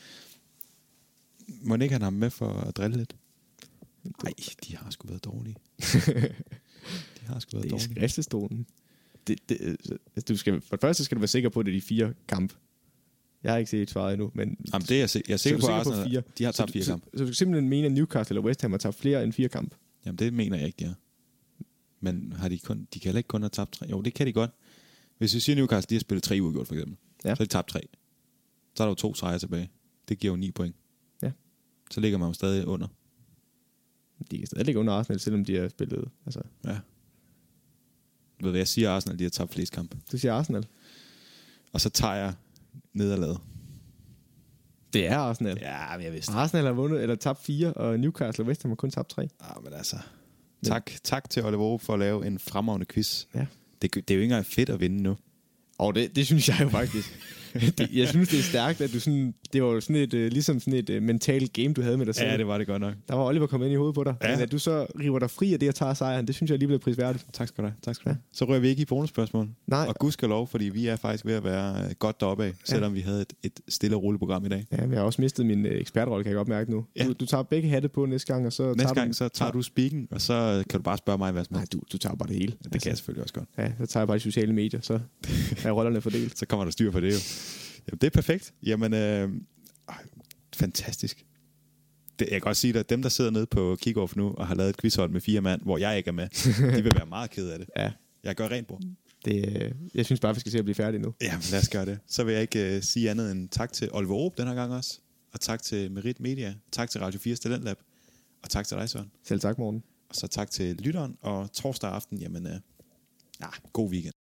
Må ikke han have med for at drille lidt? Nej, de har sgu været dårlige. de har sgu været det dårlige. Det er skriftestolen. Det, det, altså, du skal, for det første skal du være sikker på, at det er de fire kampe. Jeg har ikke set svaret endnu, men... Jamen, det er jeg, jeg er sikker på, at Arsenal, fire. De har tabt så, fire så, kampe. Så, så du simpelthen mener, at Newcastle eller West Ham har tabt flere end fire kampe? Jamen, det mener jeg ikke, de har. Men har de, kun, de kan heller ikke kun have tabt tre. Jo, det kan de godt. Hvis vi siger Newcastle, de har spillet tre uafgjort, for eksempel. Ja. Så har de tabt tre. Så er der jo to sejre tilbage. Det giver jo ni point. Ja. Så ligger man jo stadig under. De kan stadig ligge under Arsenal, selvom de har spillet... Altså. Ja. Ved hvad jeg siger, Arsenal, de har tabt flest kampe. Du siger Arsenal. Og så tager jeg nederlaget. Det er Arsenal. Ja, men jeg vidste. Arsenal har vundet, eller tabt fire, og Newcastle og West Ham har kun tabt tre. Ja, men altså... Tak, tak til Oliver Aarup for at lave en fremragende quiz. Ja. Det, det er jo ikke engang fedt at vinde nu. Og det, det synes jeg jo faktisk. det, jeg synes, det er stærkt, at du sådan... Det var jo sådan et, uh, ligesom sådan et uh, mentalt game, du havde med dig selv. Ja, det var det godt nok. Der var Oliver kommet ind i hovedet på dig. Ja. Men at du så river dig fri af det og tager sejren, det synes jeg alligevel er prisværdigt. Tak skal du have. Tak skal du have. Ja. Så rører vi ikke i bonusspørgsmål. Nej. Og gudskelov, fordi vi er faktisk ved at være godt deroppe af, ja. Selvom vi havde et, et stille og roligt program i dag. Ja, men jeg har også mistet min uh, ekspertrolle, kan jeg godt mærke nu. Ja. Du, du tager begge hatte på næste gang, og så næste tager gang, du, så tager du speaken, og så kan du bare spørge mig, hvad som Nej, du, du tager bare det hele. Ja, det altså, kan jeg selvfølgelig også godt. Ja, så tager jeg bare de sociale medier, så er rollerne fordelt. Så kommer der styr på det jo. Jamen, det er perfekt. Jamen, øh, øh, fantastisk. Det, jeg kan godt sige dig, at dem, der sidder nede på Kickoff nu og har lavet et quizhold med fire mand, hvor jeg ikke er med, de vil være meget ked af det. Ja. Jeg gør rent på. Det, øh, jeg synes bare, vi skal se at blive færdige nu. Jamen, lad os gøre det. Så vil jeg ikke øh, sige andet end tak til Oliver Aarup den her gang også, og tak til Merit Media, tak til Radio fire Talent Lab, og tak til dig, Søren. Selv tak, Morten. Og så tak til lytteren, og torsdag aften, jamen, øh, ja, god weekend.